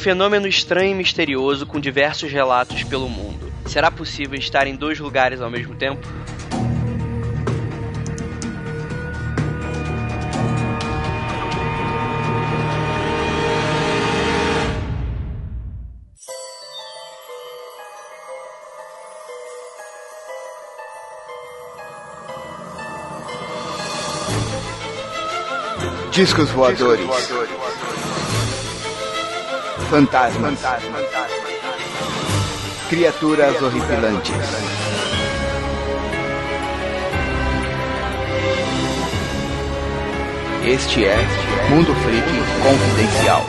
fenômeno estranho e misterioso com diversos relatos pelo mundo. Será possível estar em dois lugares ao mesmo tempo? Discos voadores. Fantasmas. Criaturas horripilantes. Este é Mundo Freak Confidencial.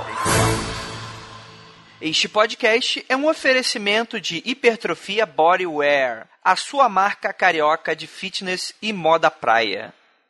Este podcast é um oferecimento de Hipertrofia Bodywear, a sua marca carioca de fitness e moda praia.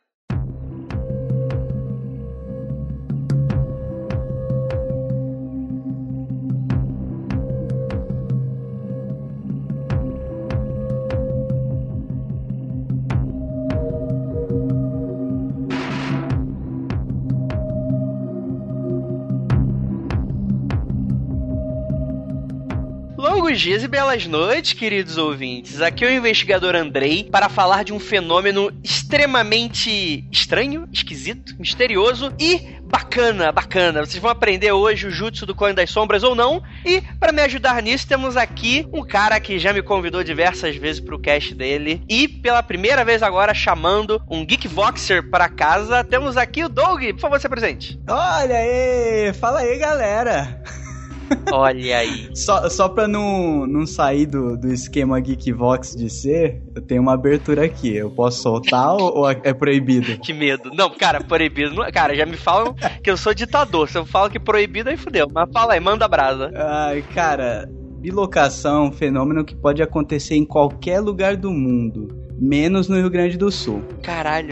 Longos dias e belas noites, queridos ouvintes. Aqui é o investigador Andrei para falar de um fenômeno extremamente estranho, esquisito, misterioso e bacana. Vocês vão aprender hoje o Jutsu do Clã das Sombras ou não. E para me ajudar nisso, temos aqui um cara que já me convidou diversas vezes pro cast dele. E pela primeira vez agora chamando um Geekvoxer para casa, temos aqui o Doug. Por favor, se apresente. Olha aí, fala aí, galera. Olha aí. Só pra não sair do esquema Geekvox de ser, eu tenho uma abertura aqui. Eu posso soltar ou é proibido? Que medo. Não, cara, proibido. Cara, já me falam que eu sou ditador. Se eu falo que proibido, aí fudeu. Mas fala aí, manda brasa. Ai, cara, bilocação é um fenômeno que pode acontecer em qualquer lugar do mundo, menos no Rio Grande do Sul. Caralho.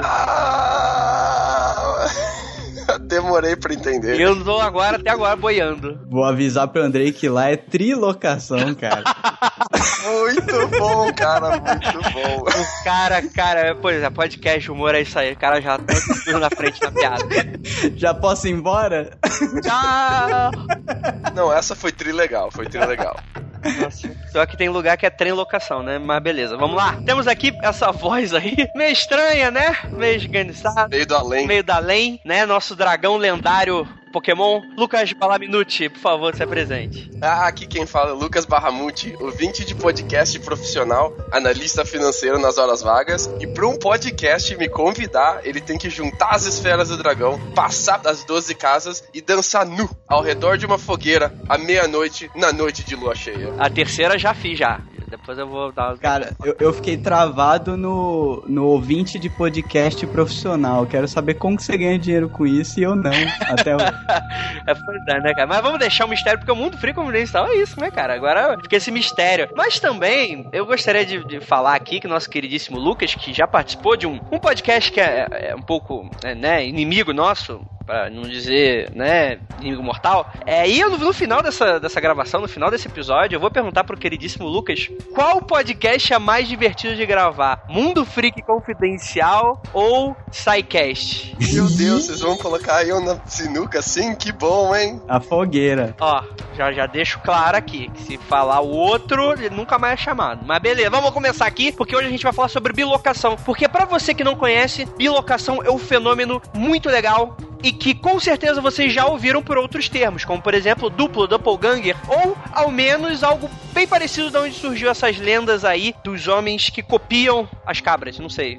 Demorei pra entender. Eu tô até agora boiando. Vou avisar pro Andrei que lá é trilocação, cara. Muito bom, cara, muito bom. O cara, pois é, podcast, humor é isso aí. O cara já tá tudo na frente da piada. Já posso ir embora? Tchau! Não, essa foi trilegal. Nossa, só que tem lugar que é trem locação, né? Mas beleza, vamos lá. Temos aqui essa voz aí, meio estranha, né? Meio esganiçada. Meio da além, né? Nosso dragão lendário Pokémon, Lucas Balaminuti, por favor, se apresente. Aqui quem fala é Lucas Barramuti, ouvinte de podcast profissional, analista financeiro nas horas vagas, e para um podcast me convidar, ele tem que juntar as esferas do dragão, passar das 12 casas e dançar nu ao redor de uma fogueira à meia-noite, na noite de lua cheia. A terceira já fiz, já. Depois eu vou dar... Cara, eu fiquei travado no ouvinte de podcast profissional. Quero saber como que você ganha dinheiro com isso e eu não, até hoje. Pois é, né, cara? Mas vamos deixar o mistério, porque o Mundo Freak Confidencial é isso, né, cara? Agora fica esse mistério. Mas também, eu gostaria de falar aqui que o nosso queridíssimo Lucas, que já participou de um podcast que é um pouco, né, inimigo nosso, pra não dizer, né, inimigo mortal. E eu, no final dessa gravação, no final desse episódio, eu vou perguntar pro queridíssimo Lucas qual podcast é mais divertido de gravar? Mundo Freak Confidencial ou SciCast? Meu Deus, vocês vão colocar eu na sinuca assim? Que bom, hein? A fogueira. Ó, já deixo claro aqui, que se falar o outro, ele nunca mais é chamado. Mas beleza, vamos começar aqui, porque hoje a gente vai falar sobre bilocação. Porque pra você que não conhece, bilocação é um fenômeno muito legal e que com certeza vocês já ouviram por outros termos, como por exemplo duplo, doppelganger, ou ao menos algo bem parecido de onde surgiu essas lendas aí dos homens que copiam as cabras, não sei.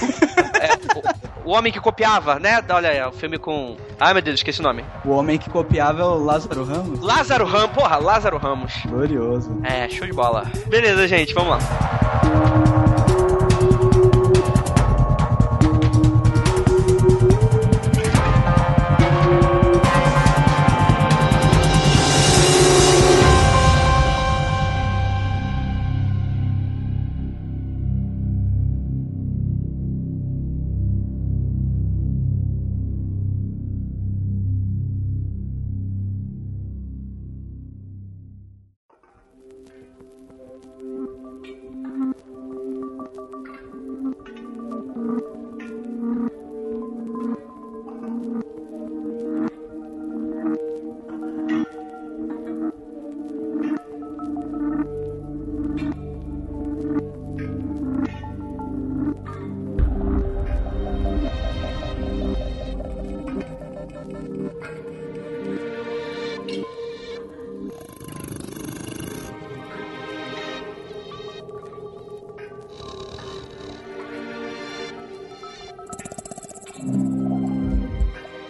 O homem que copiava, né? Olha aí, o filme com... Ai, meu Deus, esqueci o nome. O homem que copiava é o Lázaro Ramos? Lázaro Ramos. Glorioso. Show de bola. Beleza, gente, vamos lá.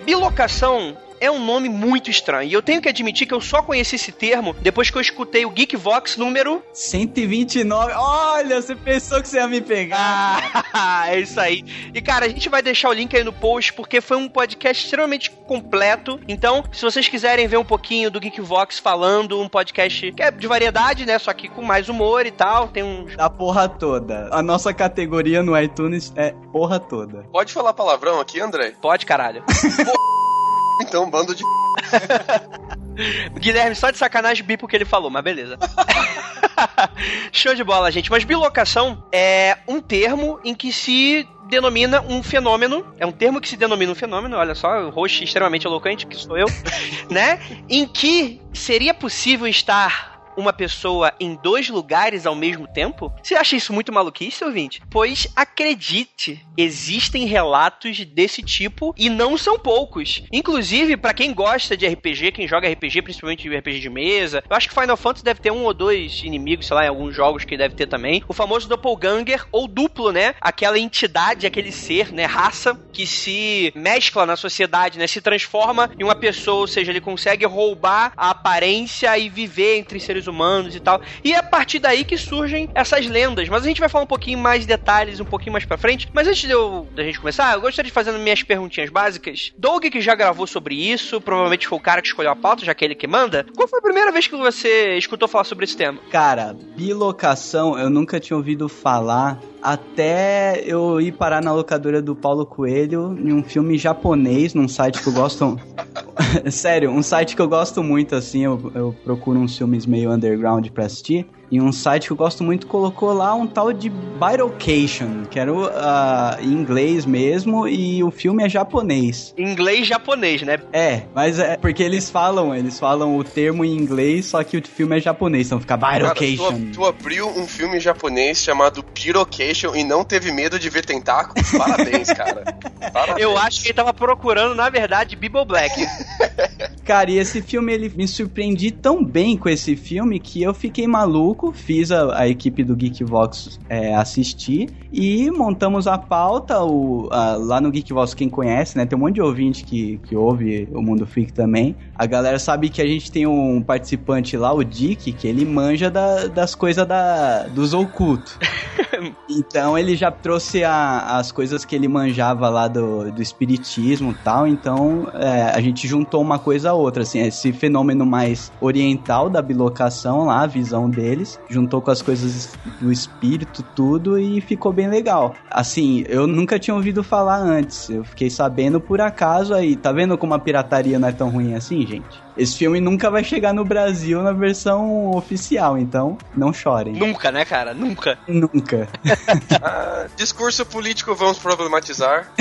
bilocação é um nome muito estranho. E eu tenho que admitir que eu só conheci esse termo depois que eu escutei o Geekvox número 129. Olha, você pensou que você ia me pegar. É isso aí. E, cara, a gente vai deixar o link aí no post, porque foi um podcast extremamente completo. Então, se vocês quiserem ver um pouquinho do Geekvox falando, um podcast que é de variedade, né? Só que com mais humor e tal. Tem uns... A porra toda. A nossa categoria no iTunes é porra toda. Pode falar palavrão aqui, André? Pode, caralho. Então, bando de... Guilherme, só de sacanagem, bipa o que ele falou, mas beleza. Show de bola, gente. Mas bilocação é um termo em que se denomina um fenômeno. É um termo que se denomina um fenômeno. Olha só, o host extremamente eloquente, que sou eu. Né? Em que seria possível estar uma pessoa em 2 lugares ao mesmo tempo? Você acha isso muito maluquice, ouvinte? Pois acredite, existem relatos desse tipo e não são poucos. Inclusive, pra quem gosta de RPG, quem joga RPG, principalmente RPG de mesa, eu acho que Final Fantasy deve ter 1 ou 2 inimigos, sei lá, em alguns jogos que deve ter também. O famoso Doppelganger, ou duplo, né? Aquela entidade, aquele ser, né? Raça, que se mescla na sociedade, né? Se transforma em uma pessoa, ou seja, ele consegue roubar a aparência e viver entre seres humanos e tal. E é a partir daí que surgem essas lendas. Mas a gente vai falar um pouquinho mais de detalhes um pouquinho mais pra frente. Mas antes da gente começar, eu gostaria de fazer minhas perguntinhas básicas. Doug, que já gravou sobre isso, provavelmente foi o cara que escolheu a pauta, já que é ele que manda. Qual foi a primeira vez que você escutou falar sobre esse tema? Cara, bilocação eu nunca tinha ouvido falar até eu ir parar na locadora do Paulo Coelho em um filme japonês, num site que eu gosto... Sério, um site que eu gosto muito, assim, eu procuro uns filmes meio underground pra assistir. E um site que eu gosto muito colocou lá um tal de Bilocation, que era em inglês mesmo, e o filme é japonês. Inglês-japonês, né? É, mas é porque eles falam o termo em inglês, só que o filme é japonês, então fica Bilocation. Cara, tu abriu um filme japonês chamado Pirocation e não teve medo de ver tentáculos? Parabéns, cara. Parabéns. Eu acho que ele tava procurando, na verdade, Bible Black. Cara, e esse filme, ele me surpreendi tão bem com esse filme que eu fiquei maluco. Fiz a equipe do Geekvox assistir e montamos a pauta lá no Geekvox, quem conhece, né? Tem um monte de ouvinte que ouve o Mundo Freak também. A galera sabe que a gente tem um participante lá, o Dick, que ele manja das coisas dos ocultos. Então ele já trouxe as coisas que ele manjava lá do espiritismo e tal. Então a gente juntou uma coisa a outra, assim, esse fenômeno mais oriental da bilocação lá, a visão deles, juntou com as coisas do espírito, tudo, e ficou bem legal. Assim, eu nunca tinha ouvido falar antes, eu fiquei sabendo por acaso aí. Tá vendo como a pirataria não é tão ruim assim, gente? Esse filme nunca vai chegar no Brasil na versão oficial, então não chorem. Nunca, né, cara? Nunca. Nunca. Discurso político, vamos problematizar.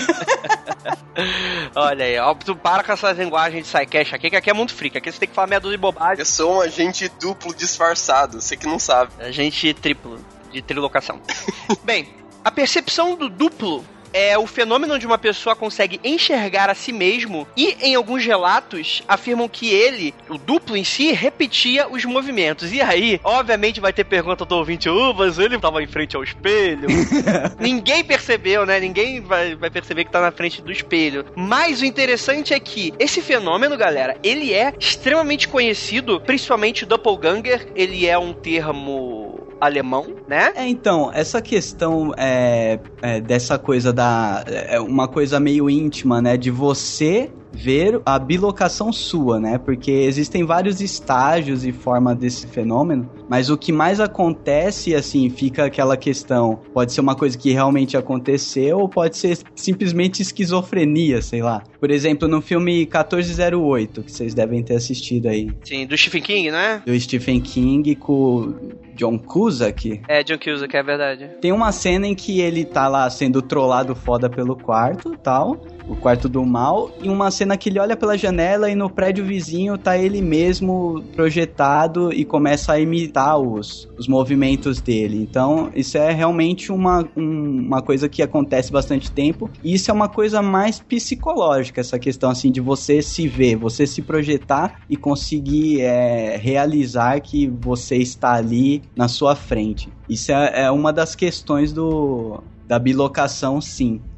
Olha aí, ó, tu para com essa linguagem de sidecast aqui, que aqui é muito freak. Aqui você tem que falar meia dúzia de bobagem. Eu sou um agente duplo disfarçado, você que não sabe. Agente triplo, de trilocação. Bem, a percepção do duplo é o fenômeno onde uma pessoa consegue enxergar a si mesmo e, em alguns relatos, afirmam que ele, o duplo em si, repetia os movimentos. E aí, obviamente, vai ter pergunta do ouvinte, mas ele tava em frente ao espelho. Ninguém percebeu, né? Ninguém vai perceber que tá na frente do espelho. Mas o interessante é que esse fenômeno, galera, ele é extremamente conhecido, principalmente o Doppelganger. Ele é um termo alemão, né? Então, essa questão dessa coisa uma coisa meio íntima, né? De você ver a bilocação sua, né? Porque existem vários estágios e formas desse fenômeno, mas o que mais acontece, assim, fica aquela questão, pode ser uma coisa que realmente aconteceu ou pode ser simplesmente esquizofrenia, sei lá. Por exemplo, no filme 1408, que vocês devem ter assistido aí. Sim, do Stephen King, né? Do Stephen King com John Cusack. É, John Cusack, é verdade. Tem uma cena em que ele tá lá sendo trollado foda pelo quarto, tal, o quarto do mal, e uma cena que ele olha pela janela e no prédio vizinho tá ele mesmo projetado e começa a imitar os movimentos dele. Então, isso é realmente uma coisa que acontece bastante tempo, e isso é uma coisa mais psicológica, essa questão assim de você se ver, você se projetar e conseguir realizar que você está ali na sua frente. Isso é uma das questões da bilocação, sim.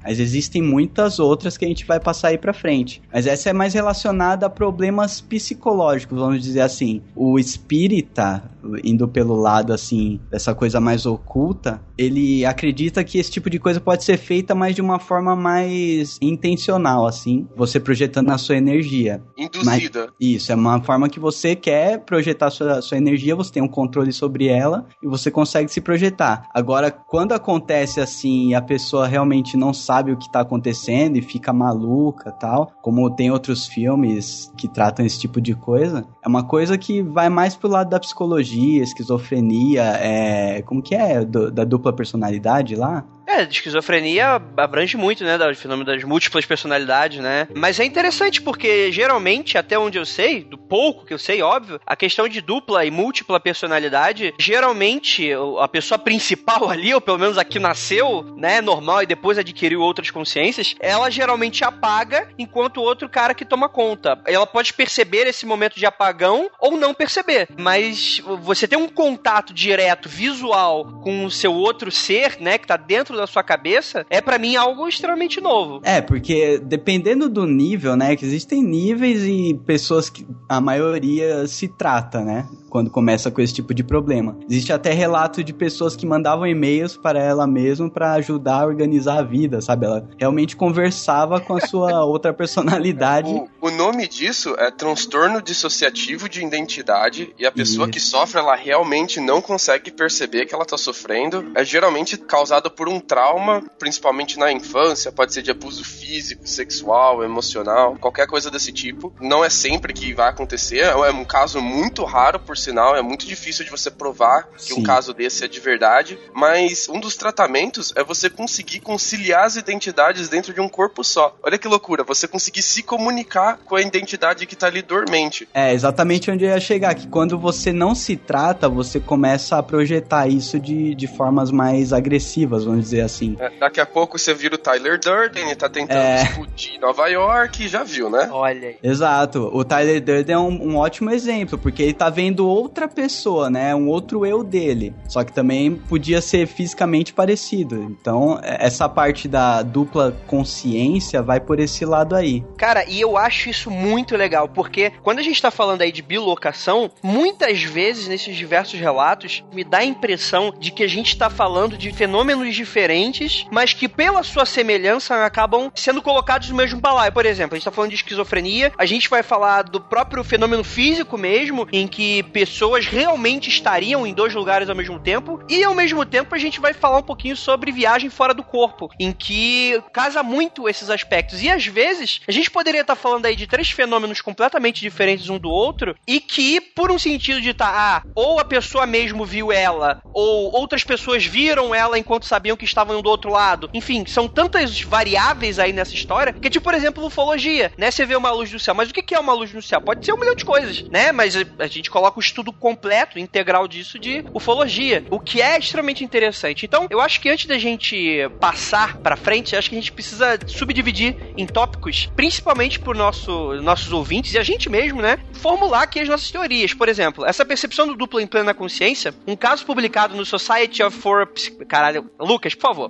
Mas existem muitas outras que a gente vai passar aí pra frente. Mas essa é mais relacionada a problemas psicológicos, vamos dizer assim. O espírita, indo pelo lado, assim, dessa coisa mais oculta, ele acredita que esse tipo de coisa pode ser feita, mas de uma forma mais intencional, assim, você projetando a sua energia. Induzida. Isso, é uma forma que você quer projetar sua energia, você tem um controle sobre ela e você consegue se projetar. Agora, quando acontece assim e a pessoa realmente não sabe o que tá acontecendo e fica maluca e tal, como tem outros filmes que tratam esse tipo de coisa, é uma coisa que vai mais pro lado da psicologia, esquizofrenia, como que é? Da dupla personalidade lá? Esquizofrenia abrange muito, né, do fenômeno das múltiplas personalidades, né? Mas é interessante porque, geralmente, até onde eu sei, do pouco que eu sei, óbvio, a questão de dupla e múltipla personalidade, geralmente, a pessoa principal ali, ou pelo menos a que nasceu, né, normal e depois adquiriu outras consciências, ela geralmente apaga enquanto o outro cara que toma conta. Ela pode perceber esse momento de apagão ou não perceber, mas você tem um contato direto, visual, com o seu outro ser, né, que tá dentro da sua cabeça, é pra mim algo extremamente novo. Porque dependendo do nível, né, que existem níveis e pessoas que a maioria se trata, né, quando começa com esse tipo de problema. Existe até relato de pessoas que mandavam e-mails para ela mesma pra ajudar a organizar a vida, sabe? Ela realmente conversava com a sua outra personalidade. O nome disso é transtorno dissociativo de identidade, e a pessoa que sofre, ela realmente não consegue perceber que ela tá sofrendo. É geralmente causado por um trauma, principalmente na infância, pode ser de abuso físico, sexual, emocional, qualquer coisa desse tipo. Não é sempre que vai acontecer, é um caso muito raro, por sinal, é muito difícil de você provar que um caso desse é de verdade, mas um dos tratamentos é você conseguir conciliar as identidades dentro de um corpo só. Olha que loucura, você conseguir se comunicar com a identidade que tá ali dormente. É exatamente onde eu ia chegar, que quando você não se trata, você começa a projetar isso de formas mais agressivas, vamos dizer assim. Daqui a pouco você vira o Tyler Durden e tá tentando explodir Nova York, já viu, né? Olha aí. Exato, o Tyler Durden é um ótimo exemplo, porque ele tá vendo outra pessoa, né, um outro eu dele, só que também podia ser fisicamente parecido. Então, essa parte da dupla consciência vai por esse lado aí. Cara, e eu acho isso muito legal, porque quando a gente tá falando aí de bilocação, muitas vezes nesses diversos relatos, me dá a impressão de que a gente tá falando de fenômenos diferentes, mas que pela sua semelhança acabam sendo colocados no mesmo balaio. Por exemplo, a gente tá falando de esquizofrenia, a gente vai falar do próprio fenômeno físico mesmo, em que pessoas realmente estariam em dois lugares ao mesmo tempo, e ao mesmo tempo a gente vai falar um pouquinho sobre viagem fora do corpo, em que casa muito esses aspectos. E às vezes, a gente poderia estar falando aí de três fenômenos completamente diferentes um do outro, e que, por um sentido de ou a pessoa mesmo viu ela, ou outras pessoas viram ela enquanto sabiam que estavam do outro lado. Enfim, são tantas variáveis aí nessa história, que tipo, por exemplo, ufologia, né? Você vê uma luz no céu, mas o que é uma luz no céu? Pode ser um milhão de coisas, né? Mas a gente coloca o estudo completo, integral disso de ufologia, o que é extremamente interessante. Então, eu acho que antes da gente passar pra frente, acho que a gente precisa subdividir em tópicos, principalmente por nossos ouvintes e a gente mesmo, né? Formular aqui as nossas teorias. Por exemplo, essa percepção do duplo em plena consciência, um caso publicado no Society for... Caralho, Lucas, por favor.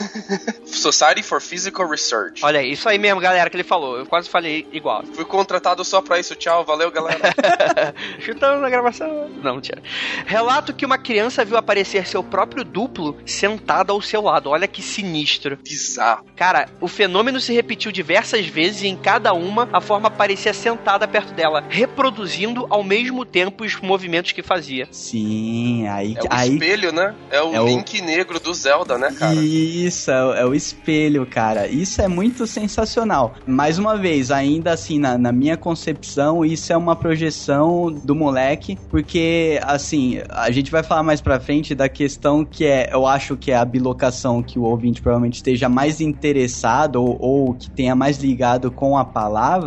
Society for Physical Research. Olha aí, isso aí mesmo, galera, que ele falou. Eu quase falei igual. Fui contratado só pra isso, tchau, valeu, galera. Chutando na gravação. Não, mentira. Relato que uma criança viu aparecer seu próprio duplo sentado ao seu lado. Olha que sinistro. Bizarro. Cara, o fenômeno se repetiu diversas vezes e em cada uma a forma parecia sentada perto dela, reproduzindo ao mesmo tempo os movimentos que fazia. Sim, aí... É o espelho, né? É o Link negro do Zelda, né, cara? Isso, é o espelho, cara. Isso é muito sensacional. Mais uma vez, ainda assim, na minha concepção, isso é uma projeção do moleque, porque, assim, a gente vai falar mais pra frente da questão que eu acho que é a bilocação que o ouvinte provavelmente esteja mais interessado ou que tenha mais ligado com a palavra,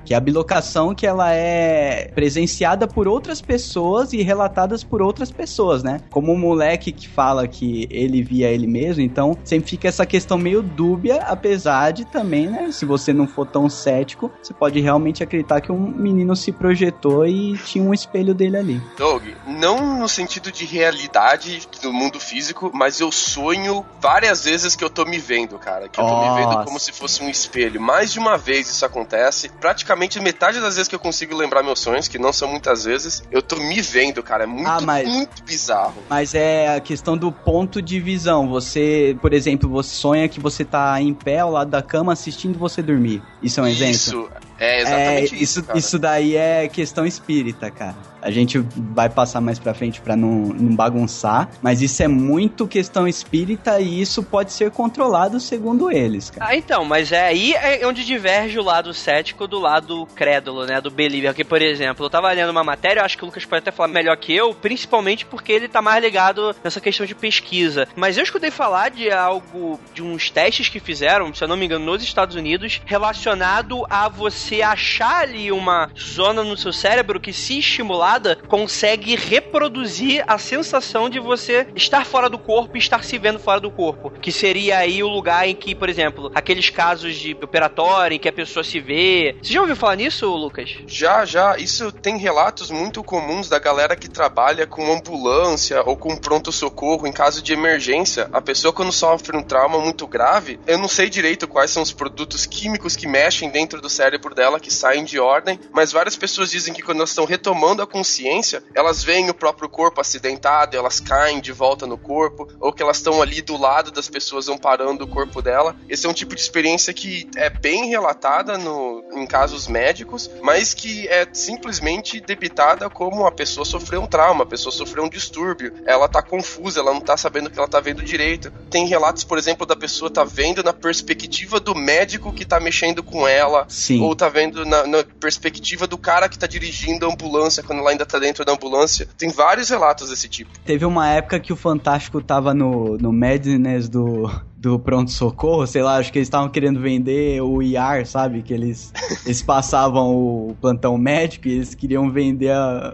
Que é a bilocação que ela é presenciada por outras pessoas e relatadas por outras pessoas, né? Como o moleque que fala que ele via ele mesmo, então sempre fica essa questão meio dúbia, apesar de também, né? Se você não for tão cético, você pode realmente acreditar que um menino se projetou e tinha um espelho dele ali. Doug, não no sentido de realidade do mundo físico, mas eu sonho várias vezes que eu tô me vendo, cara. Que eu tô me vendo como se fosse um espelho. Mais de uma vez isso acontece. Praticamente metade das vezes que eu consigo lembrar meus sonhos, que não são muitas vezes, eu tô me vendo, cara. É muito bizarro. Mas é a questão do ponto de visão. Você, por exemplo, você sonha que você tá em pé ao lado da cama assistindo você dormir. Isso é um exemplo? Isso. É exatamente isso daí é questão espírita, cara. A gente vai passar mais pra frente pra não bagunçar, mas isso é muito questão espírita e isso pode ser controlado segundo eles, cara. Ah, então, mas aí é onde diverge o lado cético do lado crédulo, né, do believer. Porque, por exemplo, eu tava lendo uma matéria, eu acho que o Lucas pode até falar melhor que eu, principalmente porque ele tá mais ligado nessa questão de pesquisa. Mas eu escutei falar de algo, de uns testes que fizeram, se eu não me engano, nos Estados Unidos, relacionado a você achar ali uma zona no seu cérebro que, se estimulada, consegue reproduzir a sensação de você estar fora do corpo e estar se vendo fora do corpo. Que seria aí o lugar em que, por exemplo, aqueles casos de operatório em que a pessoa se vê. Você já ouviu falar nisso, Lucas? Já. Isso tem relatos muito comuns da galera que trabalha com ambulância ou com pronto-socorro em caso de emergência. A pessoa, quando sofre um trauma muito grave, eu não sei direito quais são os produtos químicos que mexem dentro do cérebro dela, que saem de ordem, mas várias pessoas dizem que quando elas estão retomando a consciência, elas veem o próprio corpo acidentado, elas caem de volta no corpo, ou que elas estão ali do lado das pessoas amparando o corpo dela. Esse é um tipo de experiência que é bem relatada em casos médicos, mas que é simplesmente debitada como a pessoa sofreu um trauma, a pessoa sofreu um distúrbio, ela tá confusa, ela não tá sabendo o que ela tá vendo direito. Tem relatos, por exemplo, da pessoa tá vendo na perspectiva do médico que tá mexendo com ela, Sim. Ou tá vendo na perspectiva do cara que tá dirigindo a ambulância quando ela ainda tá dentro da ambulância. Tem vários relatos desse tipo. Teve uma época que o Fantástico tava no Madness do pronto-socorro, sei lá, acho que eles estavam querendo vender o IR, sabe? Que eles passavam o plantão médico e eles queriam vender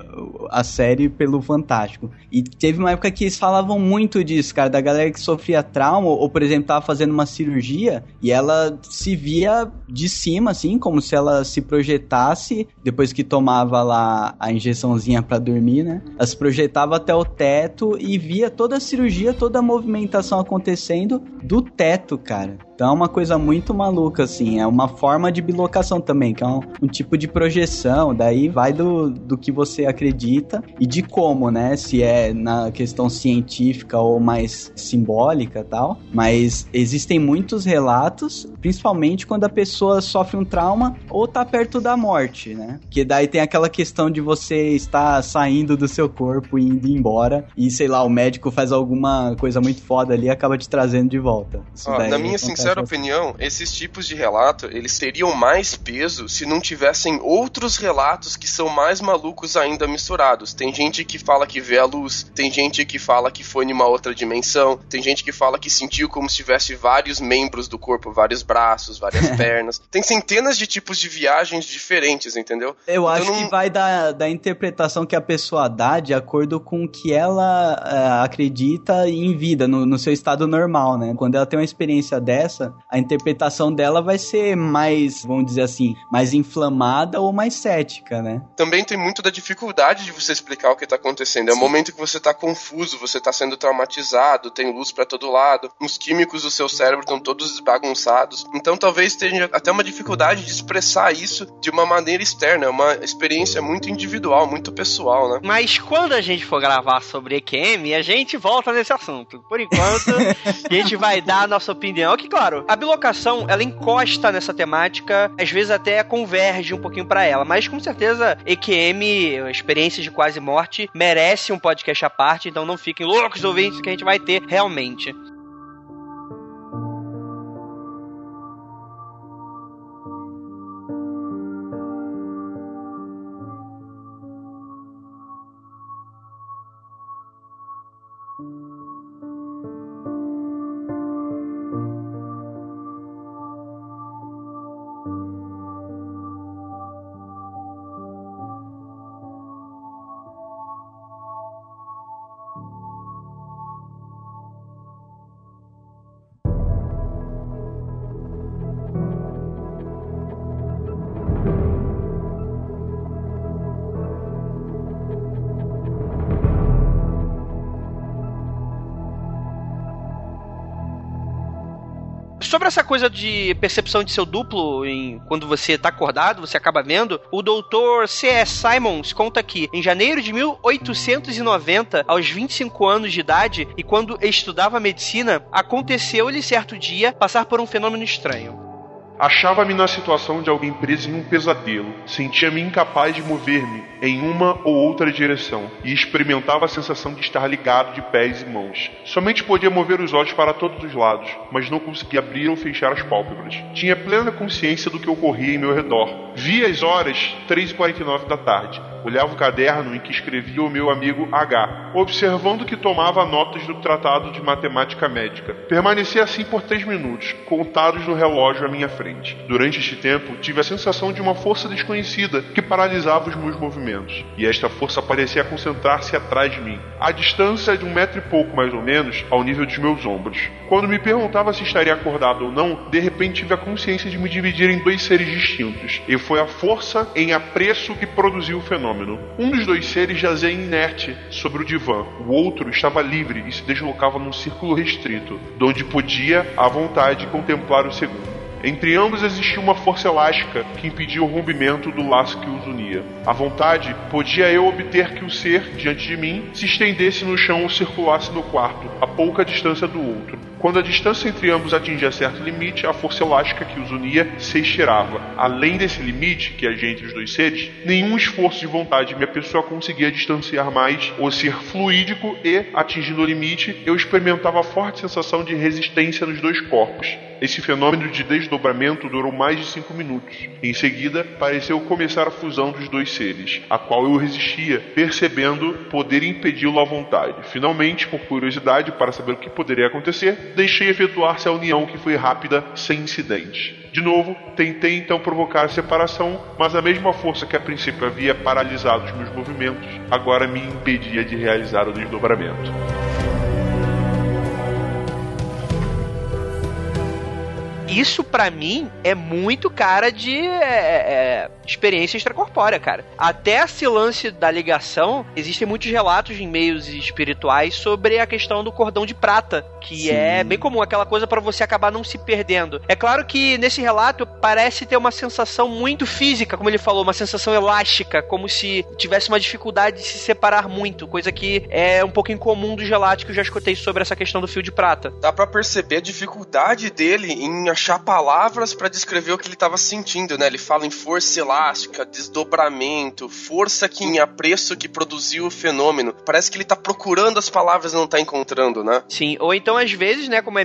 a série pelo Fantástico. E teve uma época que eles falavam muito disso, cara, da galera que sofria trauma, ou por exemplo, tava fazendo uma cirurgia e ela se via de cima, assim, como se ela se projetasse, depois que tomava lá a injeçãozinha pra dormir, né? Ela se projetava até o teto e via toda a cirurgia, toda a movimentação acontecendo do teto, cara. Então é uma coisa muito maluca, assim. É uma forma de bilocação também, que é um tipo de projeção. Daí vai do que você acredita e de como, né? Se é na questão científica ou mais simbólica e tal. Mas existem muitos relatos, principalmente quando a pessoa sofre um trauma ou tá perto da morte, né? Que daí tem aquela questão de você estar saindo do seu corpo e indo embora. E, sei lá, o médico faz alguma coisa muito foda ali e acaba te trazendo de volta. Na minha sincera opinião, esses tipos de relato, eles teriam mais peso se não tivessem outros relatos que são mais malucos ainda misturados. Tem gente que fala que vê a luz, tem gente que fala que foi em uma outra dimensão, tem gente que fala que sentiu como se tivesse vários membros do corpo, vários braços, várias pernas. Tem centenas de tipos de viagens diferentes, entendeu? Eu acho que vai da interpretação que a pessoa dá de acordo com o que ela acredita em vida, no seu estado normal, né? Quando ela tem uma experiência dessa, a interpretação dela vai ser mais, vamos dizer assim, mais inflamada ou mais cética, né? Também tem muito da dificuldade de você explicar o que tá acontecendo. É o momento que você tá confuso, você tá sendo traumatizado, tem luz pra todo lado, os químicos do seu cérebro estão todos desbagunçados. Então talvez tenha até uma dificuldade de expressar isso de uma maneira externa. É uma experiência muito individual, muito pessoal, né? Mas quando a gente for gravar sobre EQM, a gente volta nesse assunto. Por enquanto, a gente vai dar a nossa opinião, que claro, a bilocação, ela encosta nessa temática, às vezes até converge um pouquinho pra ela, mas com certeza EQM, experiência de quase morte, merece um podcast à parte, então não fiquem loucos ouvintes que a gente vai ter realmente. sobre essa coisa de percepção de seu duplo, quando você tá acordado, você acaba vendo, o Dr. C.S. Simons conta que, em janeiro de 1890, aos 25 anos de idade, e quando estudava medicina, aconteceu-lhe certo dia passar por um fenômeno estranho. Achava-me na situação de alguém preso em um pesadelo. Sentia-me incapaz de mover-me em uma ou outra direção e experimentava a sensação de estar ligado de pés e mãos. Somente podia mover os olhos para todos os lados, mas não conseguia abrir ou fechar as pálpebras. Tinha plena consciência do que ocorria em meu redor. Via as horas 3h49 da tarde. Olhava o caderno em que escrevia o meu amigo H, observando que tomava notas do tratado de matemática médica. Permaneci assim por 3 minutos, contados no relógio à minha frente. Durante este tempo, tive a sensação de uma força desconhecida que paralisava os meus movimentos, e esta força parecia concentrar-se atrás de mim, à distância de 1 metro e pouco mais ou menos, ao nível dos meus ombros. Quando me perguntava se estaria acordado ou não, de repente tive a consciência de me dividir em 2 seres distintos, e foi a força em apreço que produziu o fenômeno. Um dos 2 seres jazia inerte sobre o divã, o outro estava livre e se deslocava num círculo restrito, de onde podia, à vontade, contemplar o segundo. Entre ambos existia uma força elástica que impedia o rompimento do laço que os unia. À vontade, podia eu obter que o ser, diante de mim, se estendesse no chão ou circulasse no quarto, a pouca distância do outro. Quando a distância entre ambos atingia certo limite, a força elástica que os unia se estirava. Além desse limite, que agia entre os 2 seres, nenhum esforço de vontade minha pessoa conseguia distanciar mais ou ser fluídico e, atingindo o limite, eu experimentava a forte sensação de resistência nos 2 corpos. Esse fenômeno de desdobramento durou mais de 5 minutos. Em seguida, pareceu começar a fusão dos 2 seres, a qual eu resistia, percebendo poder impedi-lo à vontade. Finalmente, por curiosidade para saber o que poderia acontecer, deixei efetuar-se a união, que foi rápida, sem incidente. De novo, tentei então provocar a separação, mas a mesma força que a princípio havia paralisado os meus movimentos, agora me impedia de realizar o desdobramento. Isso, pra mim, é muito cara de experiência extracorpórea, cara. Até esse lance da ligação, existem muitos relatos em meios espirituais sobre a questão do cordão de prata, que Sim. é bem comum, aquela coisa pra você acabar não se perdendo. É claro que nesse relato parece ter uma sensação muito física, como ele falou, uma sensação elástica, como se tivesse uma dificuldade de se separar muito, coisa que é um pouco incomum dos relatos que eu já escutei sobre essa questão do fio de prata. Dá pra perceber a dificuldade dele em achar palavras pra descrever o que ele tava sentindo, né? Ele fala em força elástica, desdobramento, força que em apreço que produziu o fenômeno. Parece que ele tá procurando as palavras e não tá encontrando, né? Sim, ou então às vezes, né, como é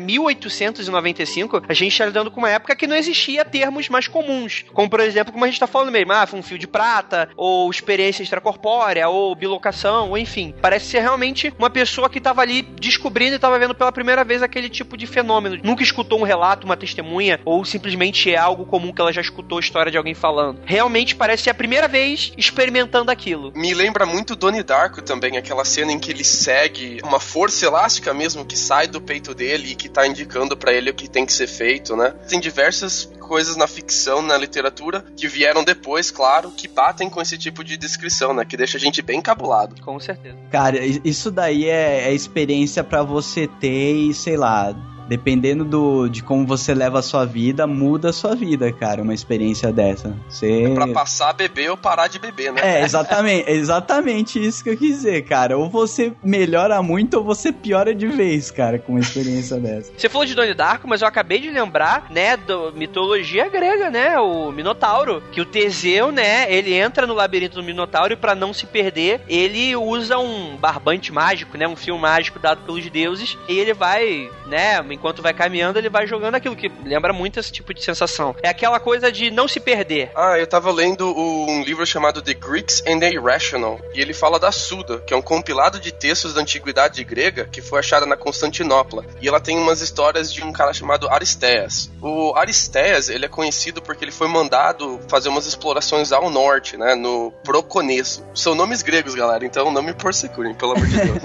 1895, a gente tá lidando com uma época que não existia termos mais comuns, como por exemplo, como a gente tá falando mesmo, foi um fio de prata, ou experiência extracorpórea, ou bilocação, ou enfim. Parece ser realmente uma pessoa que tava ali descobrindo e tava vendo pela primeira vez aquele tipo de fenômeno. Nunca escutou um relato, uma testemunha, ou simplesmente é algo comum que ela já escutou a história de alguém falando. Realmente parece ser a primeira vez experimentando aquilo. Me lembra muito Donnie Darko também, aquela cena em que ele segue uma força elástica mesmo que sai do peito dele e que tá indicando pra ele o que tem que ser feito, né? Tem diversas coisas na ficção, na literatura, que vieram depois, claro, que batem com esse tipo de descrição, né? Que deixa a gente bem encabulado. Com certeza. Cara, isso daí é experiência pra você ter e, sei lá, dependendo de como você leva a sua vida, muda a sua vida, cara, uma experiência dessa. É pra passar a beber ou parar de beber, né? Exatamente isso que eu quis dizer, cara. Ou você melhora muito ou você piora de vez, cara, com uma experiência dessa. Você falou de Donnie Darko, mas eu acabei de lembrar, né, da mitologia grega, né, o Minotauro, que o Teseu, né, ele entra no labirinto do Minotauro e pra não se perder, ele usa um barbante mágico, né, um fio mágico dado pelos deuses, e ele vai, né, enquanto vai caminhando, ele vai jogando aquilo, que lembra muito esse tipo de sensação. É aquela coisa de não se perder. Eu tava lendo um livro chamado The Greeks and the Irrational, e ele fala da Suda, que é um compilado de textos da antiguidade grega que foi achada na Constantinopla. E ela tem umas histórias de um cara chamado Aristeas. O Aristeas, ele é conhecido porque ele foi mandado fazer umas explorações ao norte, né, no Proconeso. São nomes gregos, galera, então não me persecurem, pelo amor de Deus.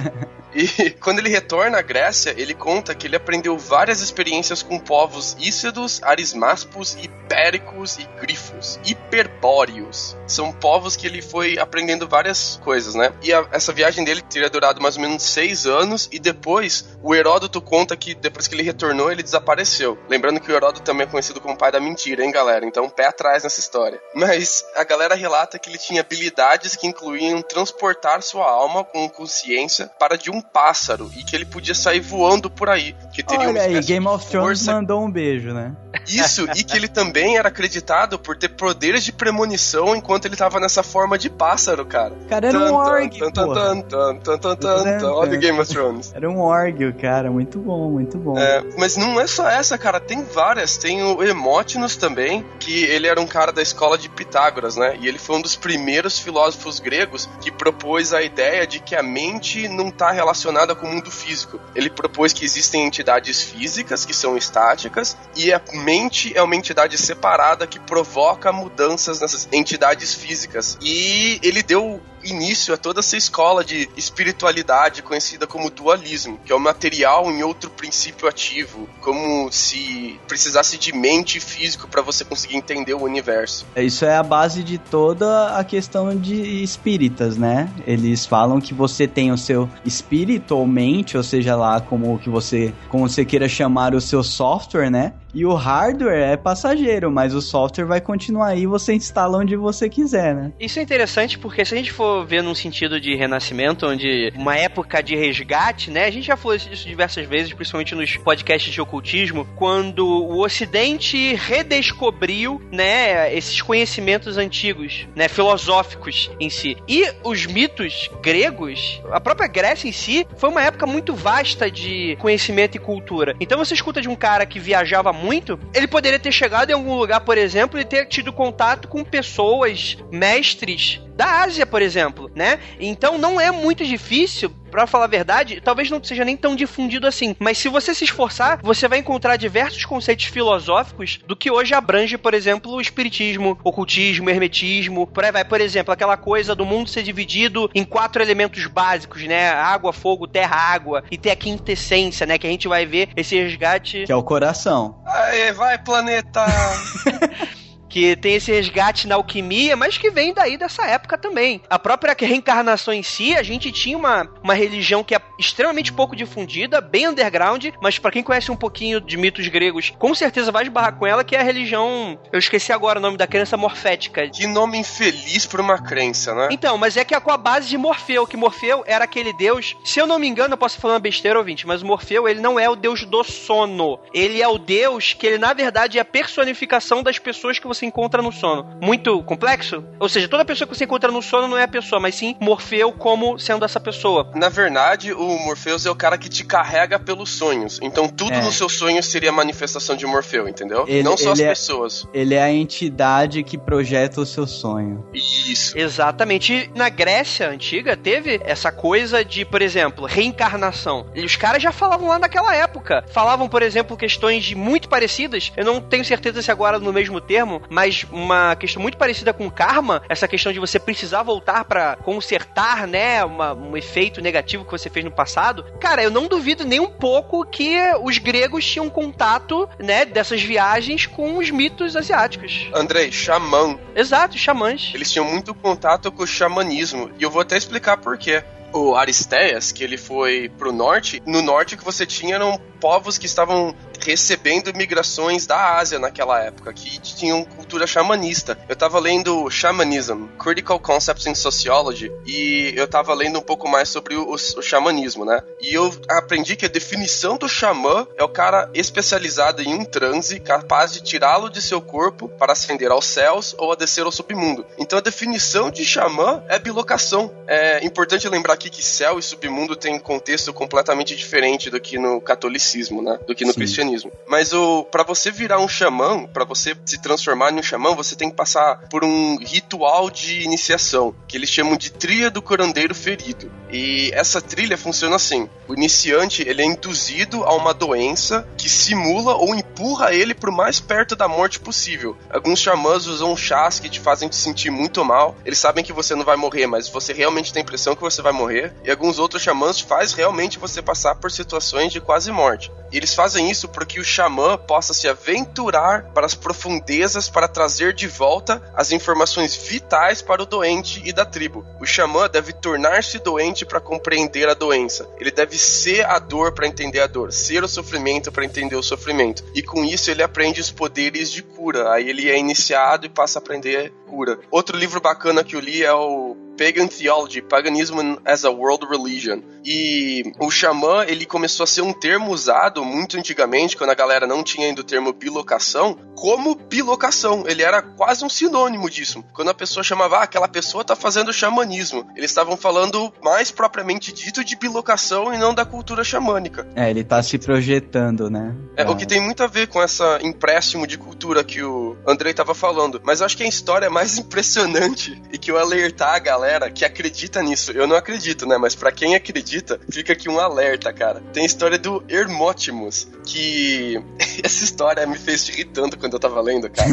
E quando ele retorna à Grécia, ele conta que ele aprendeu várias experiências com povos ícidos, arismáspos, hipéricos e grifos. Hiperbóreos. São povos que ele foi aprendendo várias coisas, né? E essa viagem dele teria durado mais ou menos 6 anos, e depois o Heródoto conta que depois que ele retornou, ele desapareceu. Lembrando que o Heródoto também é conhecido como pai da mentira, hein, galera? Então, pé atrás nessa história. Mas a galera relata que ele tinha habilidades que incluíam transportar sua alma com consciência para de um pássaro, e que ele podia sair voando por aí. Que teria Olha aí, Game of Thrones mandou um beijo, né? Isso, e que ele também era acreditado por ter poderes de premonição enquanto ele tava nessa forma de pássaro, cara. Cara, era um org, Olha o Game of Thrones. Era um org, cara, muito bom, muito bom. Mas não é só essa, cara, tem várias. Tem o Hermógenes também, que ele era um cara da escola de Pitágoras, né? E ele foi um dos primeiros filósofos gregos que propôs a ideia de que a mente não está relacionada com o mundo físico. Ele propôs que existem entidades físicas, que são estáticas, e a mente é uma entidade separada que provoca mudanças nessas entidades físicas. E ele deu início a toda essa escola de espiritualidade conhecida como dualismo, que é o material em outro princípio ativo, como se precisasse de mente e físico para você conseguir entender o universo. Isso é a base de toda a questão de espíritas, né? Eles falam que você tem o seu espírito ou mente, ou seja lá como você queira chamar o seu software, né? E o hardware é passageiro, mas o software vai continuar aí, você instala onde você quiser, né? Isso é interessante porque se a gente for ver num sentido de renascimento, onde uma época de resgate, né? A gente já falou isso diversas vezes, principalmente nos podcasts de ocultismo, quando o Ocidente redescobriu, né, esses conhecimentos antigos, né, filosóficos em si. E os mitos gregos, a própria Grécia em si, foi uma época muito vasta de conhecimento e cultura. Então você escuta de um cara que viajava muito, ele poderia ter chegado em algum lugar, por exemplo, e ter tido contato com pessoas, mestres da Ásia, por exemplo, né? Então não é muito difícil, pra falar a verdade, talvez não seja nem tão difundido assim, mas se você se esforçar, você vai encontrar diversos conceitos filosóficos do que hoje abrange, por exemplo, o espiritismo, ocultismo, hermetismo, por aí vai. Por exemplo, aquela coisa do mundo ser dividido em 4 elementos básicos, né? Água, fogo, terra, água, e ter a quintessência, né? Que a gente vai ver esse resgate... Que é o coração. Aê, vai, planeta! Que tem esse resgate na alquimia, mas que vem daí dessa época também. A própria reencarnação em si, a gente tinha uma religião que é extremamente pouco difundida, bem underground, mas pra quem conhece um pouquinho de mitos gregos, com certeza vai esbarrar com ela, que é a religião... Eu esqueci agora o nome da crença morfética. Que nome infeliz pra uma crença, né? Então, mas é que é com a base de Morfeu, que Morfeu era aquele deus... Se eu não me engano, eu posso falar uma besteira, ouvinte, mas Morfeu, ele não é o deus do sono. Ele é o deus que ele, na verdade, é a personificação das pessoas que você encontra no sono. Muito complexo? Ou seja, toda pessoa que você encontra no sono não é a pessoa, mas sim Morfeu como sendo essa pessoa. Na verdade, o Morpheus é o cara que te carrega pelos sonhos. Então tudo no seu sonho seria manifestação de Morfeu, entendeu? Não só as pessoas. Ele é a entidade que projeta o seu sonho. Isso. Exatamente. E na Grécia antiga teve essa coisa de, por exemplo, reencarnação. E os caras já falavam lá naquela época. Falavam, por exemplo, questões muito parecidas. Eu não tenho certeza se agora no mesmo termo, mas uma questão muito parecida com karma, essa questão de você precisar voltar pra consertar, né, um efeito negativo que você fez no passado. Cara, eu não duvido nem um pouco que os gregos tinham contato, né, dessas viagens com os mitos asiáticos. Andrei, xamã. Exato, xamãs. Eles tinham muito contato com o xamanismo, e eu vou até explicar por quê. O Aristéias, que ele foi pro norte, no norte o que você tinha eram povos que estavam recebendo migrações da Ásia naquela época, que tinham cultura xamanista. Eu tava lendo Shamanism, Critical Concepts in Sociology, e eu tava lendo um pouco mais sobre o xamanismo, né? E eu aprendi que a definição do xamã é o cara especializado em um transe capaz de tirá-lo de seu corpo para ascender aos céus ou a descer ao submundo. Então a definição de xamã é bilocação. É importante lembrar que céu e submundo tem um contexto completamente diferente do que no catolicismo, né? Do que no cristianismo. xamanismo. Mas pra você virar um xamã, pra você se transformar em um xamã, você tem que passar por um ritual de iniciação, que eles chamam de trilha do curandeiro ferido. E essa trilha funciona assim: o iniciante, ele é induzido a uma doença que simula ou empurra ele pro mais perto da morte possível. Alguns xamãs usam chás que te fazem te sentir muito mal. Eles sabem que você não vai morrer, mas você realmente tem a impressão que você vai morrer. E alguns outros xamãs fazem realmente você passar por situações de quase morte. E eles fazem isso para que o xamã possa se aventurar para as profundezas para trazer de volta as informações vitais para o doente e da tribo. O xamã deve tornar-se doente para compreender a doença. Ele deve ser a dor para entender a dor, ser o sofrimento para entender o sofrimento. E com isso ele aprende os poderes de cura. Aí ele é iniciado e passa a aprender cura. Outro livro bacana que eu li é o Pagan Theology, Paganism as a World Religion. E o xamã, ele começou a ser um termo usado muito antigamente, quando a galera não tinha ainda o termo bilocação, como bilocação. Ele era quase um sinônimo disso. Quando a pessoa chamava, aquela pessoa tá fazendo xamanismo, eles estavam falando mais propriamente dito de bilocação e não da cultura xamânica. Ele tá se projetando, né? O que tem muito a ver com essa empréstimo de cultura que o Andrei tava falando. Mas eu acho que a história mais impressionante e que eu alertar a galera que acredita nisso. Eu não acredito, né? Mas pra quem acredita, fica aqui um alerta, cara. Tem a história do Hermótimos, que essa história me fez rir tanto quando eu tava lendo, cara.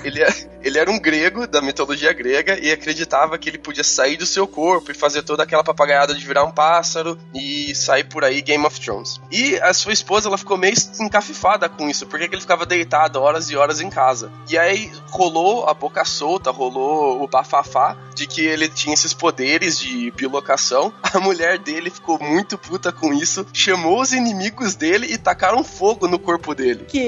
Ele era um grego da mitologia grega e acreditava que ele podia sair do seu corpo e fazer toda aquela papagaiada de virar um pássaro e sair por aí Game of Thrones. E a sua esposa, ela ficou meio encafifada com isso, porque ele ficava deitado horas e horas em casa. E aí rolou a boca solta, rolou o bafafá de que ele tinha esses poderes de bilocação. A mulher dele ficou muito puta com isso, chamou os inimigos dele e tacaram fogo no corpo dele. Que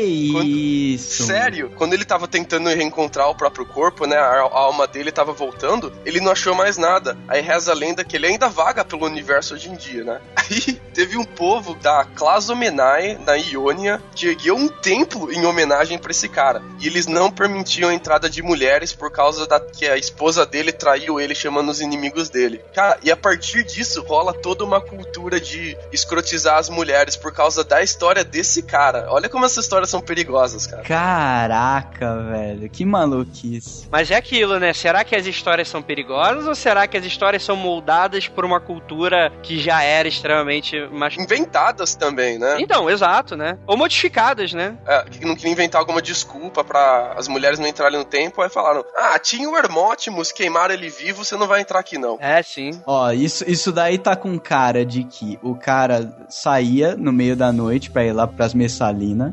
isso? Sério, quando ele tava tentando reencontrar o próprio corpo, né, a alma dele tava voltando, ele não achou mais nada. Aí reza a lenda que ele ainda vaga pelo universo hoje em dia, né? Aí teve um povo da Clazomenae, na Iônia, que ergueu um templo em homenagem pra esse cara. E eles não permitiam a entrada de mulheres por causa que a esposa dele traiu ele chamando os inimigos dele. Cara, e a partir disso rola toda uma cultura de escrotizar as mulheres por causa da história desse cara. Olha como essas histórias são perigosas, cara. Caraca, velho, que maluquice. Mas é aquilo, né? Será que as histórias são perigosas ou será que as histórias são moldadas por uma cultura que já era extremamente inventadas também, né? Então, exato, né? Ou modificadas, né? Que não queria inventar alguma desculpa pra as mulheres não entrarem no templo, aí falaram, tinha o Hermótimos, queimaram ele vivo, você não vai entrar aqui não. Sim. Ó, isso daí tá com cara de que o cara saía no meio da noite pra ir lá pras Messalinas,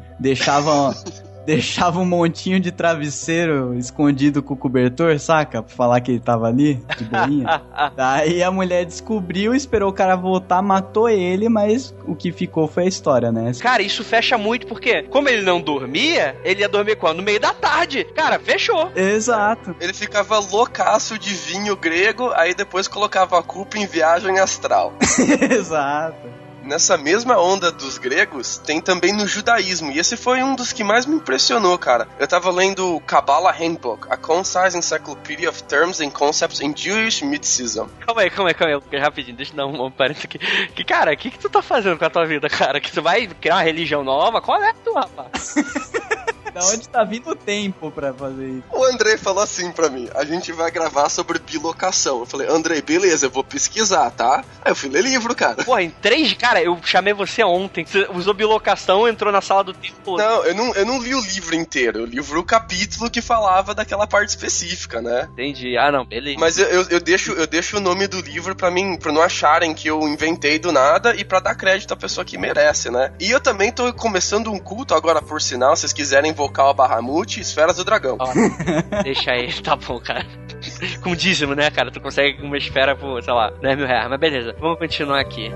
deixava um montinho de travesseiro escondido com o cobertor, saca? Pra falar que ele tava ali, de boinha. Daí a mulher descobriu, esperou o cara voltar, matou ele, mas o que ficou foi a história, né? Cara, isso fecha muito, porque como ele não dormia, ele ia dormir quando? No meio da tarde. Cara, fechou. Exato. Ele ficava loucaço de vinho grego, aí depois colocava a culpa em viagem astral. Exato. Nessa mesma onda dos gregos, tem também no judaísmo, e esse foi um dos que mais me impressionou, cara. Eu tava lendo o Kabbalah Handbook, A Concise Encyclopedia of Terms and Concepts in Jewish Mysticism. Calma aí, rapidinho, deixa eu dar um parênteses aqui. Cara, o que tu tá fazendo com a tua vida, cara? Que tu vai criar uma religião nova? Qual é tu, rapaz? Da onde tá vindo o tempo pra fazer isso? O Andrei falou assim pra mim, a gente vai gravar sobre bilocação. Eu falei, Andrei, beleza, eu vou pesquisar, tá? Aí eu fui ler livro, cara. Pô, cara, eu chamei você ontem, você usou bilocação, entrou na sala do tempo. Não, eu não li o livro inteiro, eu li o capítulo que falava daquela parte específica, né? Entendi, não, beleza. Mas eu deixo o nome do livro pra não acharem que eu inventei do nada e pra dar crédito à pessoa que merece, né? E eu também tô começando um culto agora, por sinal, se vocês quiserem invocar o Bahamut, Esferas do Dragão. Deixa aí, tá bom, cara. Com dízimo, né, cara? Tu consegue uma esfera por, sei lá, R$10.000, mas beleza. Vamos continuar aqui.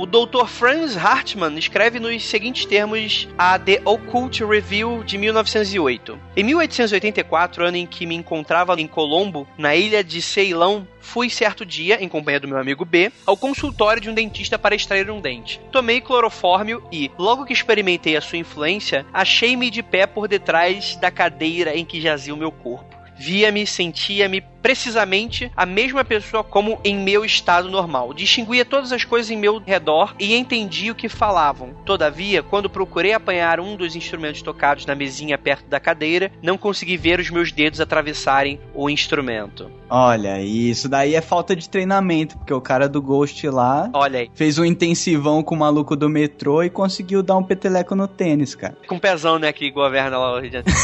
O Dr. Franz Hartmann escreve nos seguintes termos a The Occult Review de 1908. Em 1884, ano em que me encontrava em Colombo, na ilha de Ceilão, fui certo dia, em companhia do meu amigo B, ao consultório de um dentista para extrair um dente. Tomei clorofórmio e, logo que experimentei a sua influência, achei-me de pé por detrás da cadeira em que jazia o meu corpo. Via-me, sentia-me precisamente a mesma pessoa como em meu estado normal. Distinguia todas as coisas em meu redor e entendia o que falavam. Todavia, quando procurei apanhar um dos instrumentos tocados na mesinha perto da cadeira, não consegui ver os meus dedos atravessarem o instrumento. Olha, isso daí é falta de treinamento, porque o cara do Ghost lá fez um intensivão com o maluco do metrô e conseguiu dar um peteleco no tênis, cara. Com pezão, né, que governa lá o Rio de Janeiro.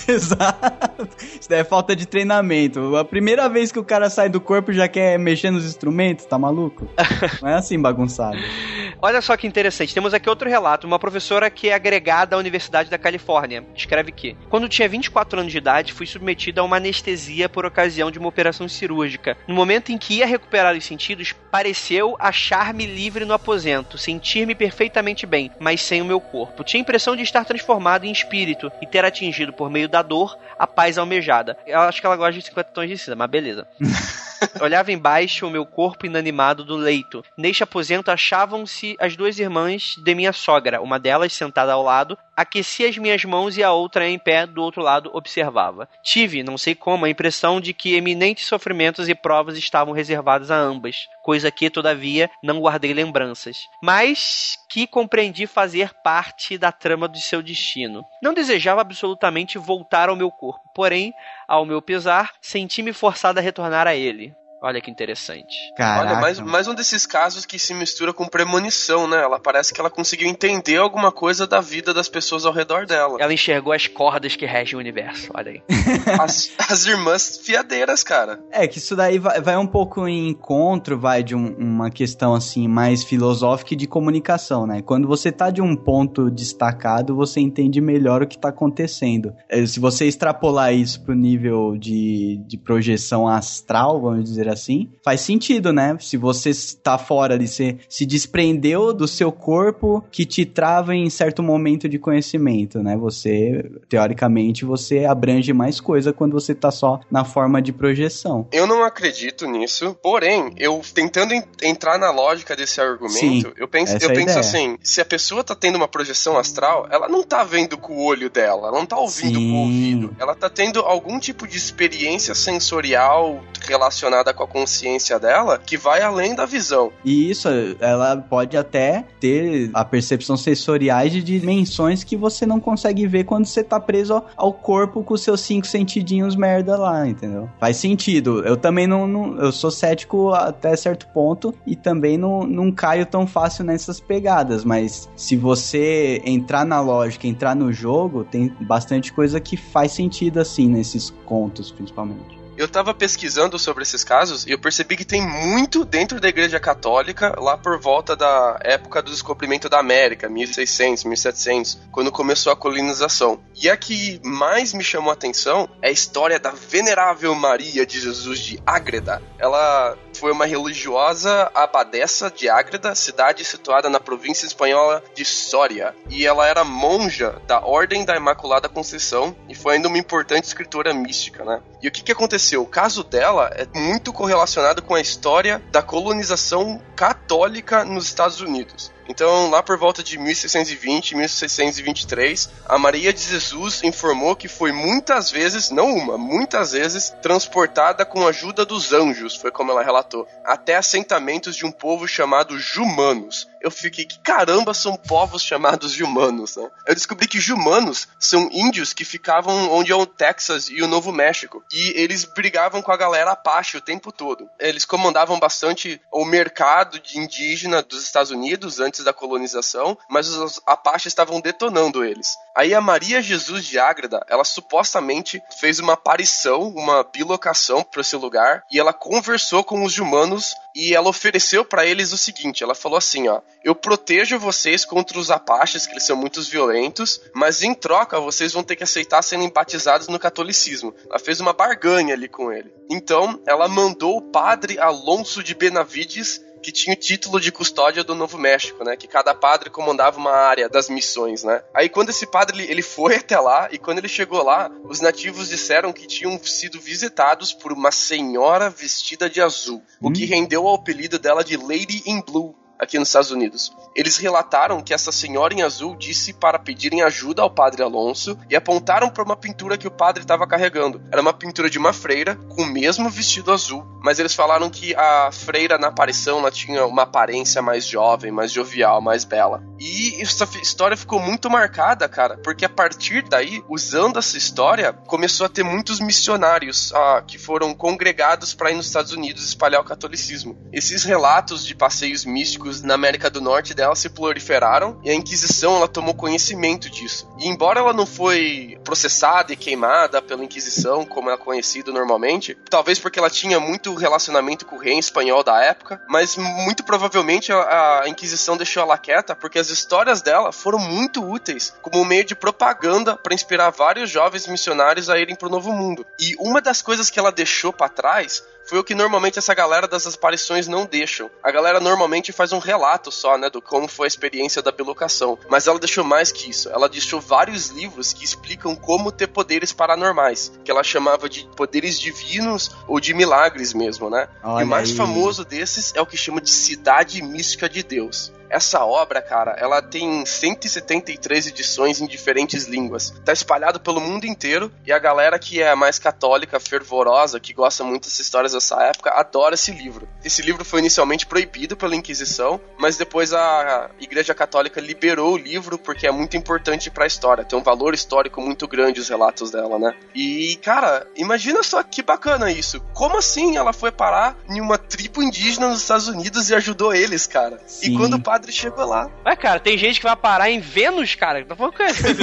Exato. Isso daí é falta de treinamento. A primeira vez que o cara sai do corpo já quer mexer nos instrumentos, tá maluco? Não é assim bagunçado. Olha só que interessante, temos aqui outro relato. Uma professora que é agregada à Universidade da Califórnia escreve que, quando tinha 24 anos de idade, fui submetida a uma anestesia por ocasião de uma operação cirúrgica. No momento em que ia recuperar os sentidos, pareceu achar-me livre no aposento, sentir-me perfeitamente bem, mas sem o meu corpo. Tinha a impressão de estar transformado em espírito e ter atingido, por meio da dor, a paz almejada. Eu acho que ela gosta de 50 tons de cinza, mas beleza. Olhava embaixo o meu corpo inanimado do leito. Neste aposento achavam-se as duas irmãs de minha sogra. Uma delas, sentada ao lado, aquecia as minhas mãos e a outra, em pé, do outro lado, observava. Tive, não sei como, a impressão de que eminentes sofrimentos e provas estavam reservados a ambas, coisa que, todavia, não guardei lembranças, mas que compreendi fazer parte da trama de seu destino. Não desejava absolutamente voltar ao meu corpo, porém, ao meu pesar, senti-me forçado a retornar a ele. Olha que interessante. Caraca. Olha, mais um desses casos que se mistura com premonição, né? Ela parece que ela conseguiu entender alguma coisa da vida das pessoas ao redor dela. Ela enxergou as cordas que regem o universo, olha aí. As irmãs fiadeiras, cara. É, que isso daí vai um pouco em encontro, de uma questão assim, mais filosófica e de comunicação, né? Quando você tá de um ponto destacado, você entende melhor o que tá acontecendo. Se você extrapolar isso pro nível de projeção astral, vamos dizer assim, faz sentido, né? Se você está fora ali, você se desprendeu do seu corpo que te trava em certo momento de conhecimento, né? Você, teoricamente, você abrange mais coisa quando você tá só na forma de projeção. Eu não acredito nisso, porém, eu tentando entrar na lógica desse argumento, Sim, eu penso assim, se a pessoa tá tendo uma projeção astral, ela não tá vendo com o olho dela, ela não tá ouvindo com o ouvido, ela tá tendo algum tipo de experiência sensorial relacionada com a consciência dela, que vai além da visão. E isso, ela pode até ter a percepção sensoriais de dimensões que você não consegue ver quando você tá preso ao corpo com os seus 5 sentidinhos merda lá, entendeu? Faz sentido. Eu também eu sou cético até certo ponto e também não caio tão fácil nessas pegadas, mas se você entrar na lógica, entrar no jogo, tem bastante coisa que faz sentido assim, nesses contos, principalmente. Eu tava pesquisando sobre esses casos e eu percebi que tem muito dentro da Igreja Católica lá por volta da época do descobrimento da América, 1600, 1700, quando começou a colonização. E a que mais me chamou a atenção é a história da Venerável Maria de Jesus de Ágreda. Ela foi uma religiosa abadesa de Ágreda, cidade situada na província espanhola de Soria. E ela era monja da Ordem da Imaculada Conceição e foi ainda uma importante escritora mística, né? E o que aconteceu? O caso dela é muito correlacionado com a história da colonização católica nos Estados Unidos. Então, lá por volta de 1620, 1623, a Maria de Jesus informou que foi muitas vezes, não uma, muitas vezes, transportada com a ajuda dos anjos, foi como ela relatou, até assentamentos de um povo chamado Jumanos. Eu fiquei, que caramba são povos chamados Jumanos, né? Eu descobri que Jumanos são índios que ficavam onde é o Texas e o Novo México, e eles brigavam com a galera Apache o tempo todo. Eles comandavam bastante o mercado de indígena dos Estados Unidos antes da colonização, mas os Apaches estavam detonando eles. Aí a Maria Jesus de Ágreda, ela supostamente fez uma aparição, uma bilocação para esse lugar, e ela conversou com os Jumanos e ela ofereceu para eles o seguinte, ela falou assim, ó, eu protejo vocês contra os Apaches, que eles são muito violentos, mas em troca vocês vão ter que aceitar serem batizados no catolicismo. Ela fez uma barganha ali com ele. Então, ela mandou o padre Alonso de Benavides, que tinha o título de custódia do Novo México, né? Que cada padre comandava uma área das missões, né? Aí quando esse padre, ele foi até lá, e quando ele chegou lá, os nativos disseram que tinham sido visitados por uma senhora vestida de azul, o que rendeu o apelido dela de Lady in Blue, aqui nos Estados Unidos. Eles relataram que essa senhora em azul disse para pedirem ajuda ao padre Alonso e apontaram para uma pintura que o padre estava carregando. Era uma pintura de uma freira com o mesmo vestido azul, mas eles falaram que a freira na aparição ela tinha uma aparência mais jovem, mais jovial, mais bela. E essa história ficou muito marcada, cara, porque a partir daí, usando essa história, começou a ter muitos missionários que foram congregados para ir nos Estados Unidos espalhar o catolicismo. Esses relatos de passeios místicos na América do Norte dela se proliferaram e a Inquisição ela tomou conhecimento disso. E embora ela não foi processada e queimada pela Inquisição, como é conhecido normalmente, talvez porque ela tinha muito relacionamento com o rei espanhol da época, mas muito provavelmente a Inquisição deixou ela quieta porque as histórias dela foram muito úteis como meio de propaganda para inspirar vários jovens missionários a irem para o Novo Mundo. E uma das coisas que ela deixou para trás foi o que normalmente essa galera das aparições não deixam. A galera normalmente faz um relato só, né, do como foi a experiência da bilocação. Mas ela deixou mais que isso. Ela deixou vários livros que explicam como ter poderes paranormais, que ela chamava de poderes divinos ou de milagres mesmo, né? Olha, e o mais aí famoso desses é o que chama de Cidade Mística de Deus. Essa obra, cara, ela tem 173 edições em diferentes línguas. Tá espalhado pelo mundo inteiro e a galera que é mais católica, fervorosa, que gosta muito dessas histórias dessa época, adora esse livro. Esse livro foi inicialmente proibido pela Inquisição, mas depois a Igreja Católica liberou o livro porque é muito importante pra história. Tem um valor histórico muito grande os relatos dela, né? E, cara, imagina só que bacana isso. Como assim ela foi parar em uma tribo indígena nos Estados Unidos e ajudou eles, cara? Sim. E quando o padre chegou lá... Ué, cara, tem gente que vai parar em Vênus, cara. Tá falando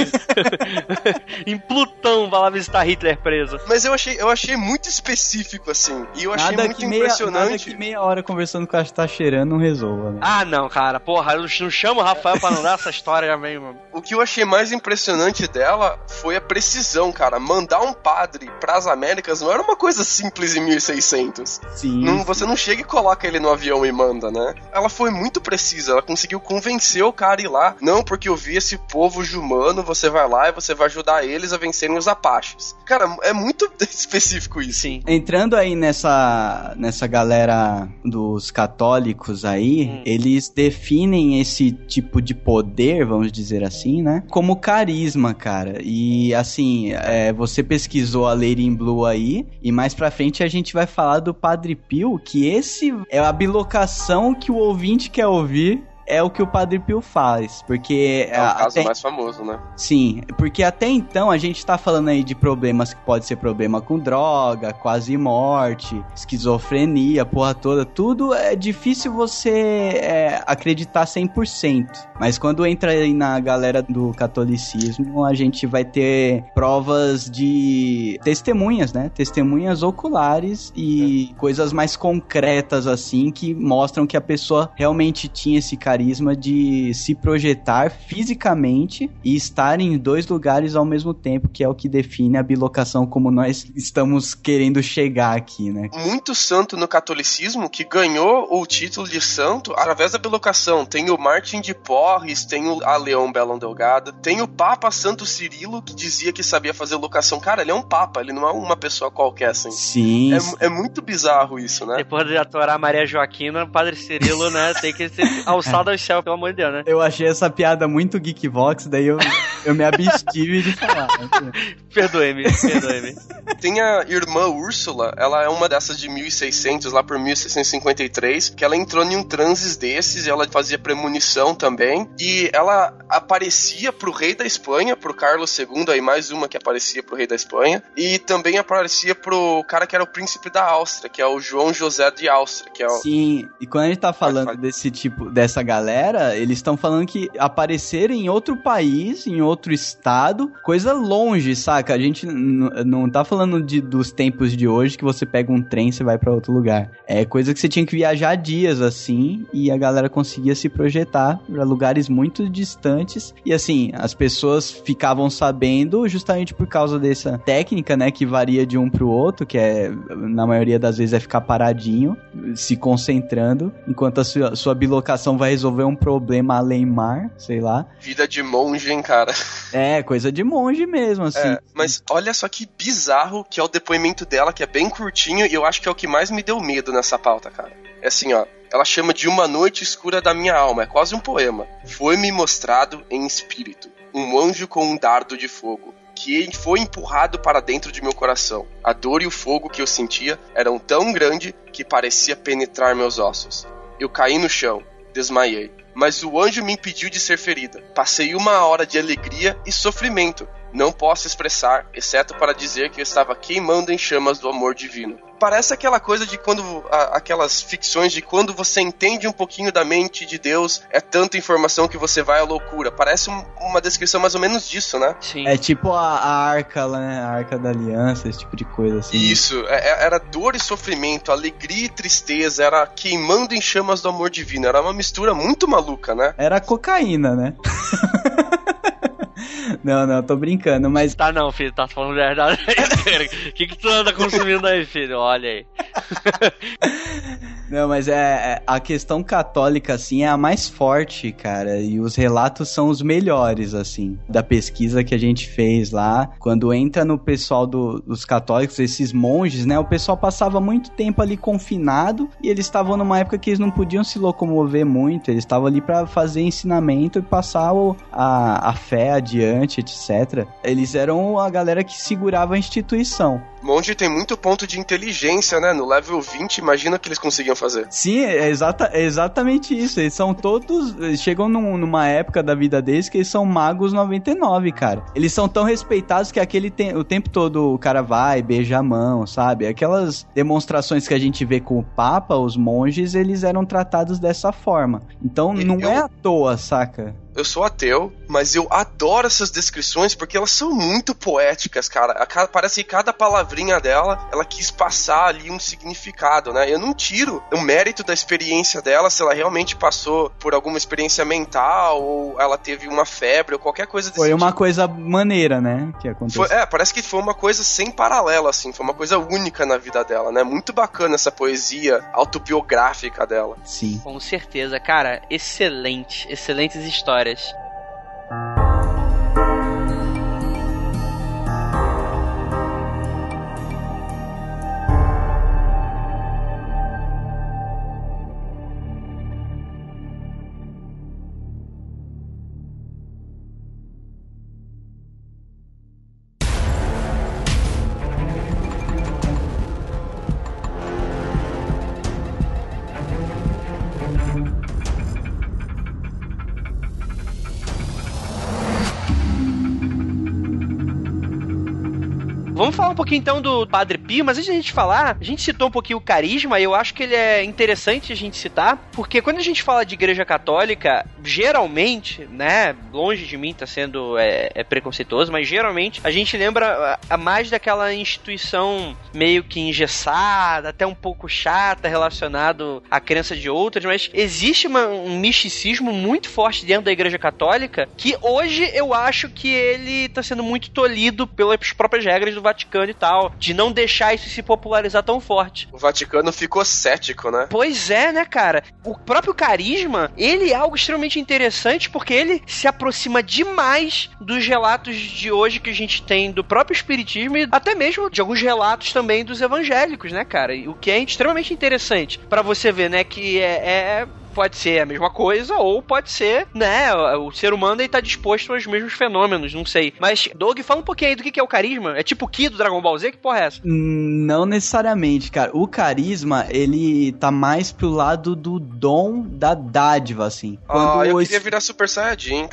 em Plutão, vai lá visitar Hitler preso. Mas eu achei muito específico, assim. E eu achei muito impressionante. Nada que meia hora conversando com a tá cheirando não resolva, né? Ah, não, cara. Porra, eu não chamo o Rafael pra não dar essa história já mesmo, mano. O que eu achei mais impressionante dela foi a precisão, cara. Mandar um padre pras Américas não era uma coisa simples em 1600. Sim. Você não chega e coloca ele no avião e manda, né? Ela foi muito precisa. Ela conseguiu convencer o cara a ir lá. Não, porque eu vi esse povo jumano, você vai lá e você vai ajudar eles a vencerem os Apaches. Cara, é muito específico isso. Sim. Entrando aí nessa galera dos católicos aí, eles definem esse tipo de poder, vamos dizer assim, né? Como carisma, cara. E assim, você pesquisou a Lady in Blue aí, e mais pra frente a gente vai falar do Padre Pio, que esse é a bilocação que o ouvinte quer ouvir. É o que o Padre Pio faz, porque... É o caso mais famoso, né? Sim, porque até então a gente tá falando aí de problemas que pode ser problema com droga, quase morte, esquizofrenia, porra toda, tudo é difícil você acreditar 100%. Mas quando entra aí na galera do catolicismo, a gente vai ter provas de testemunhas, né? Testemunhas oculares e coisas mais concretas assim, que mostram que a pessoa realmente tinha esse carisma de se projetar fisicamente e estar em dois lugares ao mesmo tempo, que é o que define a bilocação como nós estamos querendo chegar aqui, né? Muito santo no catolicismo que ganhou o título de santo através da bilocação. Tem o Martin de Porres, tem o Leão Belão Delgado, tem o Papa Santo Cirilo, que dizia que sabia fazer locação. Cara, ele é um papa, ele não é uma pessoa qualquer, assim. Sim. É muito bizarro isso, né? Depois de atorar Maria Joaquina, o Padre Cirilo, né, tem que ser alçado ao céu, pelo amor de Deus, né? Eu achei essa piada muito Geekvox, daí eu me abstive de falar. Perdoe-me. Tem a irmã Úrsula, ela é uma dessas de 1600, lá por 1653, que ela entrou em um transes desses, e ela fazia premonição também, e ela aparecia pro rei da Espanha, pro Carlos II, aí mais uma que aparecia pro rei da Espanha, e também aparecia pro cara que era o príncipe da Áustria, que é o João José de Áustria, que é o... Sim, e quando a gente tá falando dessa galera, eles estão falando que apareceram em outro país, em outro estado, coisa longe, saca? A gente não tá falando falando dos tempos de hoje, que você pega um trem e você vai pra outro lugar. É coisa que você tinha que viajar dias, assim, e a galera conseguia se projetar pra lugares muito distantes. E, assim, as pessoas ficavam sabendo justamente por causa dessa técnica, né, que varia de um pro outro, que é, na maioria das vezes, é ficar paradinho, se concentrando, enquanto a sua bilocação vai resolver um problema além mar, sei lá. Vida de monge, hein, cara? É, coisa de monge mesmo, assim. É, mas olha só que bizarro que é o depoimento dela, que é bem curtinho, e eu acho que é o que mais me deu medo nessa pauta, cara. É assim, ó. Ela chama de Uma Noite Escura da Minha Alma, é quase um poema. Foi-me mostrado em espírito um anjo com um dardo de fogo, que foi empurrado para dentro de meu coração. A dor e o fogo que eu sentia eram tão grande que parecia penetrar meus ossos. Eu caí no chão, desmaiei. Mas o anjo me impediu de ser ferida. Passei 1 hora de alegria e sofrimento. Não posso expressar, exceto para dizer que eu estava queimando em chamas do amor divino. Parece aquela coisa de quando... aquelas ficções de quando você entende um pouquinho da mente de Deus, é tanta informação que você vai à loucura. Parece uma descrição mais ou menos disso, né? Sim. É tipo a arca, né? A arca da aliança, esse tipo de coisa, assim. Isso, era dor e sofrimento, alegria e tristeza, era queimando em chamas do amor divino. Era uma mistura muito maluca, né? Era cocaína, né? Não, tô brincando, mas... Tá não, filho, tá falando verdade aí. O que tu anda consumindo aí, filho? Olha aí. Não, mas a questão católica, assim, é a mais forte, cara, e os relatos são os melhores, assim, da pesquisa que a gente fez lá. Quando entra no pessoal dos católicos, esses monges, né, o pessoal passava muito tempo ali confinado, e eles estavam numa época que eles não podiam se locomover muito, eles estavam ali pra fazer ensinamento e passar a fé adiante, etc. Eles eram a galera que segurava a instituição. Monge tem muito ponto de inteligência, né? No level 20, imagina o que eles conseguiam fazer. Sim, é exatamente isso. Eles são todos... Chegam numa época da vida deles que eles são magos 99, cara. Eles são tão respeitados que o tempo todo o cara vai, beija a mão, sabe? Aquelas demonstrações que a gente vê com o Papa, os monges, eles eram tratados dessa forma. Então não é à toa, saca? Eu sou ateu, mas eu adoro essas descrições porque elas são muito poéticas, cara. Parece que cada palavrinha dela, ela quis passar ali um significado, né? Eu não tiro o mérito da experiência dela, se ela realmente passou por alguma experiência mental, ou ela teve uma febre, ou qualquer coisa desse tipo. Foi uma tipo. coisa maneira, né? Que aconteceu. Parece que foi uma coisa sem paralelo, assim. Foi uma coisa única na vida dela, né? Muito bacana essa poesia autobiográfica dela. Sim. Com certeza, cara. Excelentes histórias. Vamos falar um pouquinho então do Padre Pio, mas antes de a gente falar, a gente citou um pouquinho o carisma, e eu acho que ele é interessante a gente citar, porque quando a gente fala de igreja católica, geralmente, né, longe de mim tá sendo preconceituoso, mas geralmente a gente lembra mais daquela instituição meio que engessada, até um pouco chata, relacionado à crença de outras, mas existe um misticismo muito forte dentro da igreja católica, que hoje eu acho que ele tá sendo muito tolhido pelas próprias regras do Vaticano e tal, de não deixar isso se popularizar tão forte. O Vaticano ficou cético, né? Pois é, né, cara? O próprio carisma, ele é algo extremamente interessante porque ele se aproxima demais dos relatos de hoje que a gente tem do próprio espiritismo e até mesmo de alguns relatos também dos evangélicos, né, cara? O que é extremamente interessante pra você ver, né, que pode ser a mesma coisa, ou pode ser, né, o ser humano aí tá disposto aos mesmos fenômenos, não sei. Mas, Doug, fala um pouquinho aí do que é o carisma. É tipo o Ki do Dragon Ball Z? Que porra é essa? Não necessariamente, cara. O carisma, ele tá mais pro lado do dom da dádiva, assim. Eu queria virar Super Saiyajin,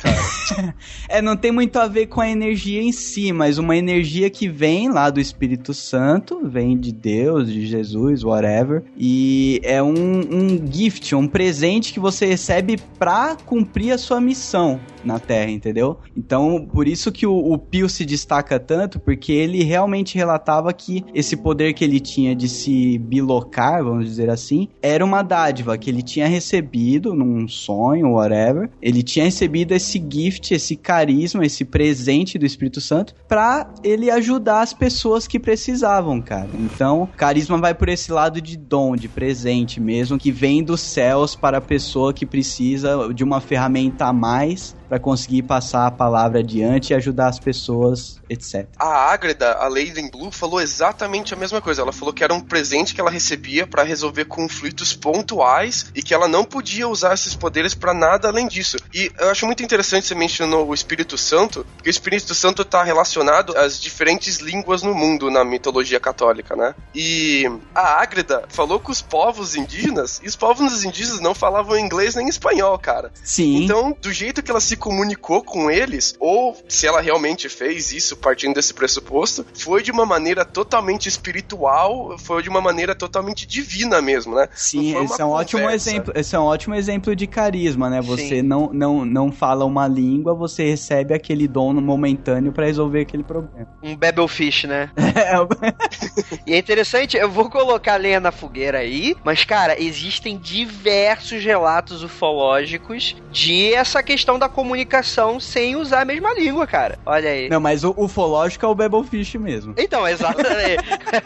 cara. Não tem muito a ver com a energia em si, mas uma energia que vem lá do Espírito Santo, vem de Deus, de Jesus, whatever, e é um gift, um presente que você recebe pra cumprir a sua missão. na Terra, entendeu? Então, por isso que o Pio se destaca tanto, porque ele realmente relatava que esse poder que ele tinha de se bilocar, vamos dizer assim, era uma dádiva que ele tinha recebido num sonho, whatever. Ele tinha recebido esse gift, esse carisma, esse presente do Espírito Santo pra ele ajudar as pessoas que precisavam, cara. Então, carisma vai por esse lado de dom, de presente mesmo, que vem dos céus para a pessoa que precisa de uma ferramenta a mais para conseguir passar a palavra adiante e ajudar as pessoas, etc. A Ágreda, a Lady in Blue, falou exatamente a mesma coisa. Ela falou que era um presente que ela recebia para resolver conflitos pontuais e que ela não podia usar esses poderes para nada além disso. E eu acho muito interessante você mencionou o Espírito Santo, porque o Espírito Santo está relacionado às diferentes línguas no mundo na mitologia católica, né? E a Ágreda falou com os povos indígenas, e os povos indígenas não falavam inglês nem espanhol, cara. Sim. Então, do jeito que ela se comunicou com eles, ou se ela realmente fez isso partindo desse pressuposto, foi de uma maneira totalmente espiritual, foi de uma maneira totalmente divina mesmo, né? Sim, esse é um ótimo exemplo, esse é um ótimo exemplo de carisma, né? Você não fala uma língua, você recebe aquele dom momentâneo pra resolver aquele problema. Um Babelfish, né? E é interessante, eu vou colocar a lenha na fogueira aí, mas, cara, existem diversos relatos ufológicos de essa questão da comunicação sem usar a mesma língua, cara. Olha aí. Não, mas o ufológico é o Babelfish mesmo. Então, exatamente.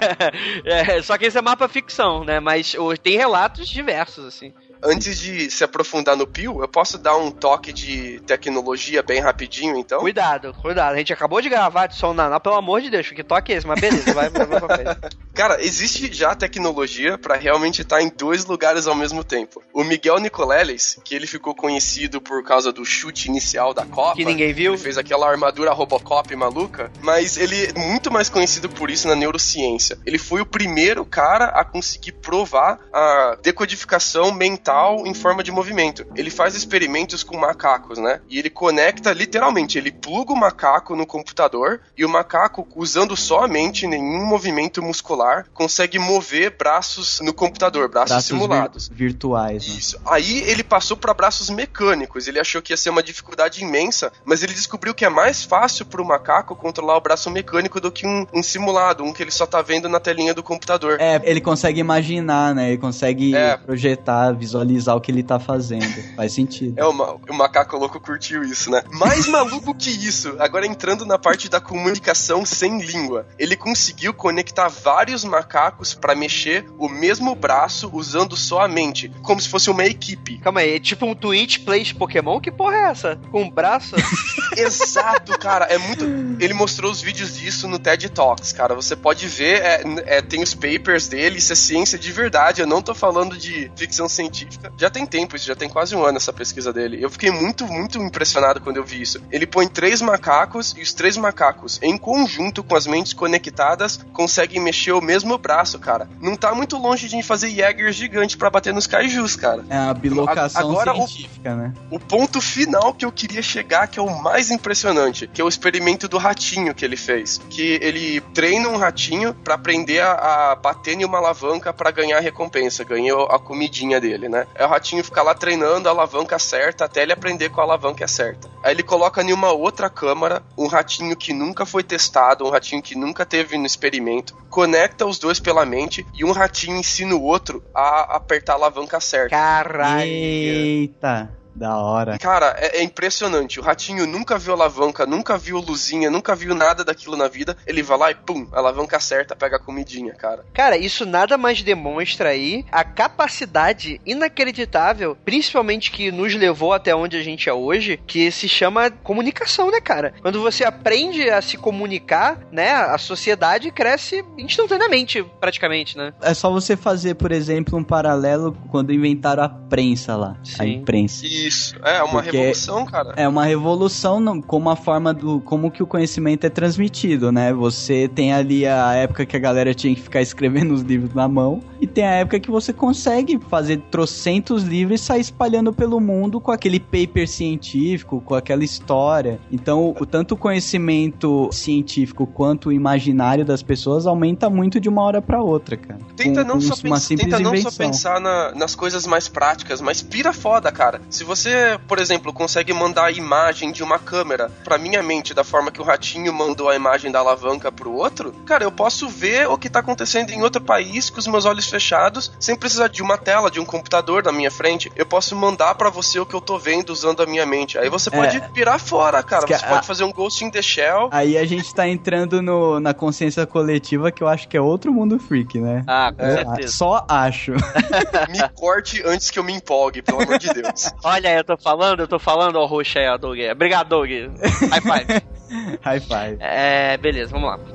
Só que esse é mapa ficção, né? Mas tem relatos diversos, assim. Antes de se aprofundar no Pio, eu posso dar um toque de tecnologia bem rapidinho, então? Cuidado. A gente acabou de gravar de som na pelo amor de Deus, que toque é esse? Mas beleza, vai pra frente. Cara, existe já tecnologia pra realmente estar em 2 lugares ao mesmo tempo. O Miguel Nicoleles, que ele ficou conhecido por causa do chute inicial da Copa. Que ninguém viu. Ele fez aquela armadura Robocop maluca, mas ele é muito mais conhecido por isso na neurociência. Ele foi o primeiro cara a conseguir provar a decodificação mental em forma de movimento. Ele faz experimentos com macacos, né? E ele conecta, literalmente, ele pluga o macaco no computador e o macaco, usando só a mente, nenhum movimento muscular, consegue mover braços no computador, braços simulados. Virtuais, né? Isso. Aí ele passou para braços mecânicos. Ele achou que ia ser uma dificuldade imensa, mas ele descobriu que é mais fácil para o macaco controlar o braço mecânico do que um simulado, um que ele só tá vendo na telinha do computador. Ele consegue imaginar, né? Ele consegue projetar, visualizar o que ele tá fazendo. Faz sentido. O macaco louco curtiu isso, né? Mais maluco que isso, agora entrando na parte da comunicação sem língua. Ele conseguiu conectar vários macacos pra mexer o mesmo braço usando só a mente, como se fosse uma equipe. Calma aí, é tipo um Twitch Plays Pokémon? Que porra é essa? Com um braço? Exato, cara, é muito... Ele mostrou os vídeos disso no TED Talks, cara, você pode ver, tem os papers dele, isso é ciência de verdade, eu não tô falando de ficção científica. Já tem tempo, isso já tem quase um ano essa pesquisa dele. Eu fiquei muito, muito impressionado quando eu vi isso. Ele põe 3 macacos e os 3 macacos, em conjunto com as mentes conectadas, conseguem mexer o mesmo braço, cara. Não tá muito longe de fazer Jäger gigante pra bater nos kaijus, cara. É a bilocação agora, científica, né? O ponto final que eu queria chegar, que é o mais impressionante, que é o experimento do ratinho que ele fez. Que ele treina um ratinho pra aprender a bater em uma alavanca pra ganhar a recompensa, ganhar a comidinha dele, né? Aí o ratinho fica lá treinando a alavanca certa até ele aprender qual alavanca é certa. Aí ele coloca em uma outra câmara um ratinho que nunca foi testado, um ratinho que nunca teve no experimento, conecta os dois pela mente e um ratinho ensina o outro a apertar a alavanca certa. Caralho! Eita! Da hora. Cara, é impressionante. O ratinho nunca viu alavanca, nunca viu luzinha, nunca viu nada daquilo na vida. Ele vai lá e pum, a alavanca acerta, pega a comidinha, cara. Cara, isso nada mais demonstra aí a capacidade inacreditável, principalmente que nos levou até onde a gente é hoje, que se chama comunicação, né, cara? Quando você aprende a se comunicar, né, a sociedade cresce instantaneamente, praticamente, né? É só você fazer, por exemplo, um paralelo quando inventaram a prensa lá. Sim. A imprensa. Isso, é uma revolução, cara. É uma revolução como a forma como que o conhecimento é transmitido, né? Você tem ali a época que a galera tinha que ficar escrevendo os livros na mão, e tem a época que você consegue fazer trocentos livros e sair espalhando pelo mundo com aquele paper científico, com aquela história. Então, tanto o conhecimento científico quanto o imaginário das pessoas aumenta muito de uma hora pra outra, cara. Tenta não só pensar nas coisas mais práticas, mas pira foda, cara. Se você, por exemplo, consegue mandar a imagem de uma câmera pra minha mente da forma que o ratinho mandou a imagem da alavanca pro outro, cara, eu posso ver o que tá acontecendo em outro país com os meus olhos fechados, sem precisar de uma tela, de um computador na minha frente. Eu posso mandar pra você o que eu tô vendo usando a minha mente. Aí você pode virar fora, cara. Você pode fazer um Ghost in the Shell. Aí a gente tá entrando na consciência coletiva, que eu acho que é outro mundo freak, né? Ah, com certeza. Só acho. Me corte antes que eu me empolgue, pelo amor de Deus. Olha aí, eu tô falando, ó, roxo aí, ó, Doug. Obrigado, Doug. High five. High five. Beleza, vamos lá.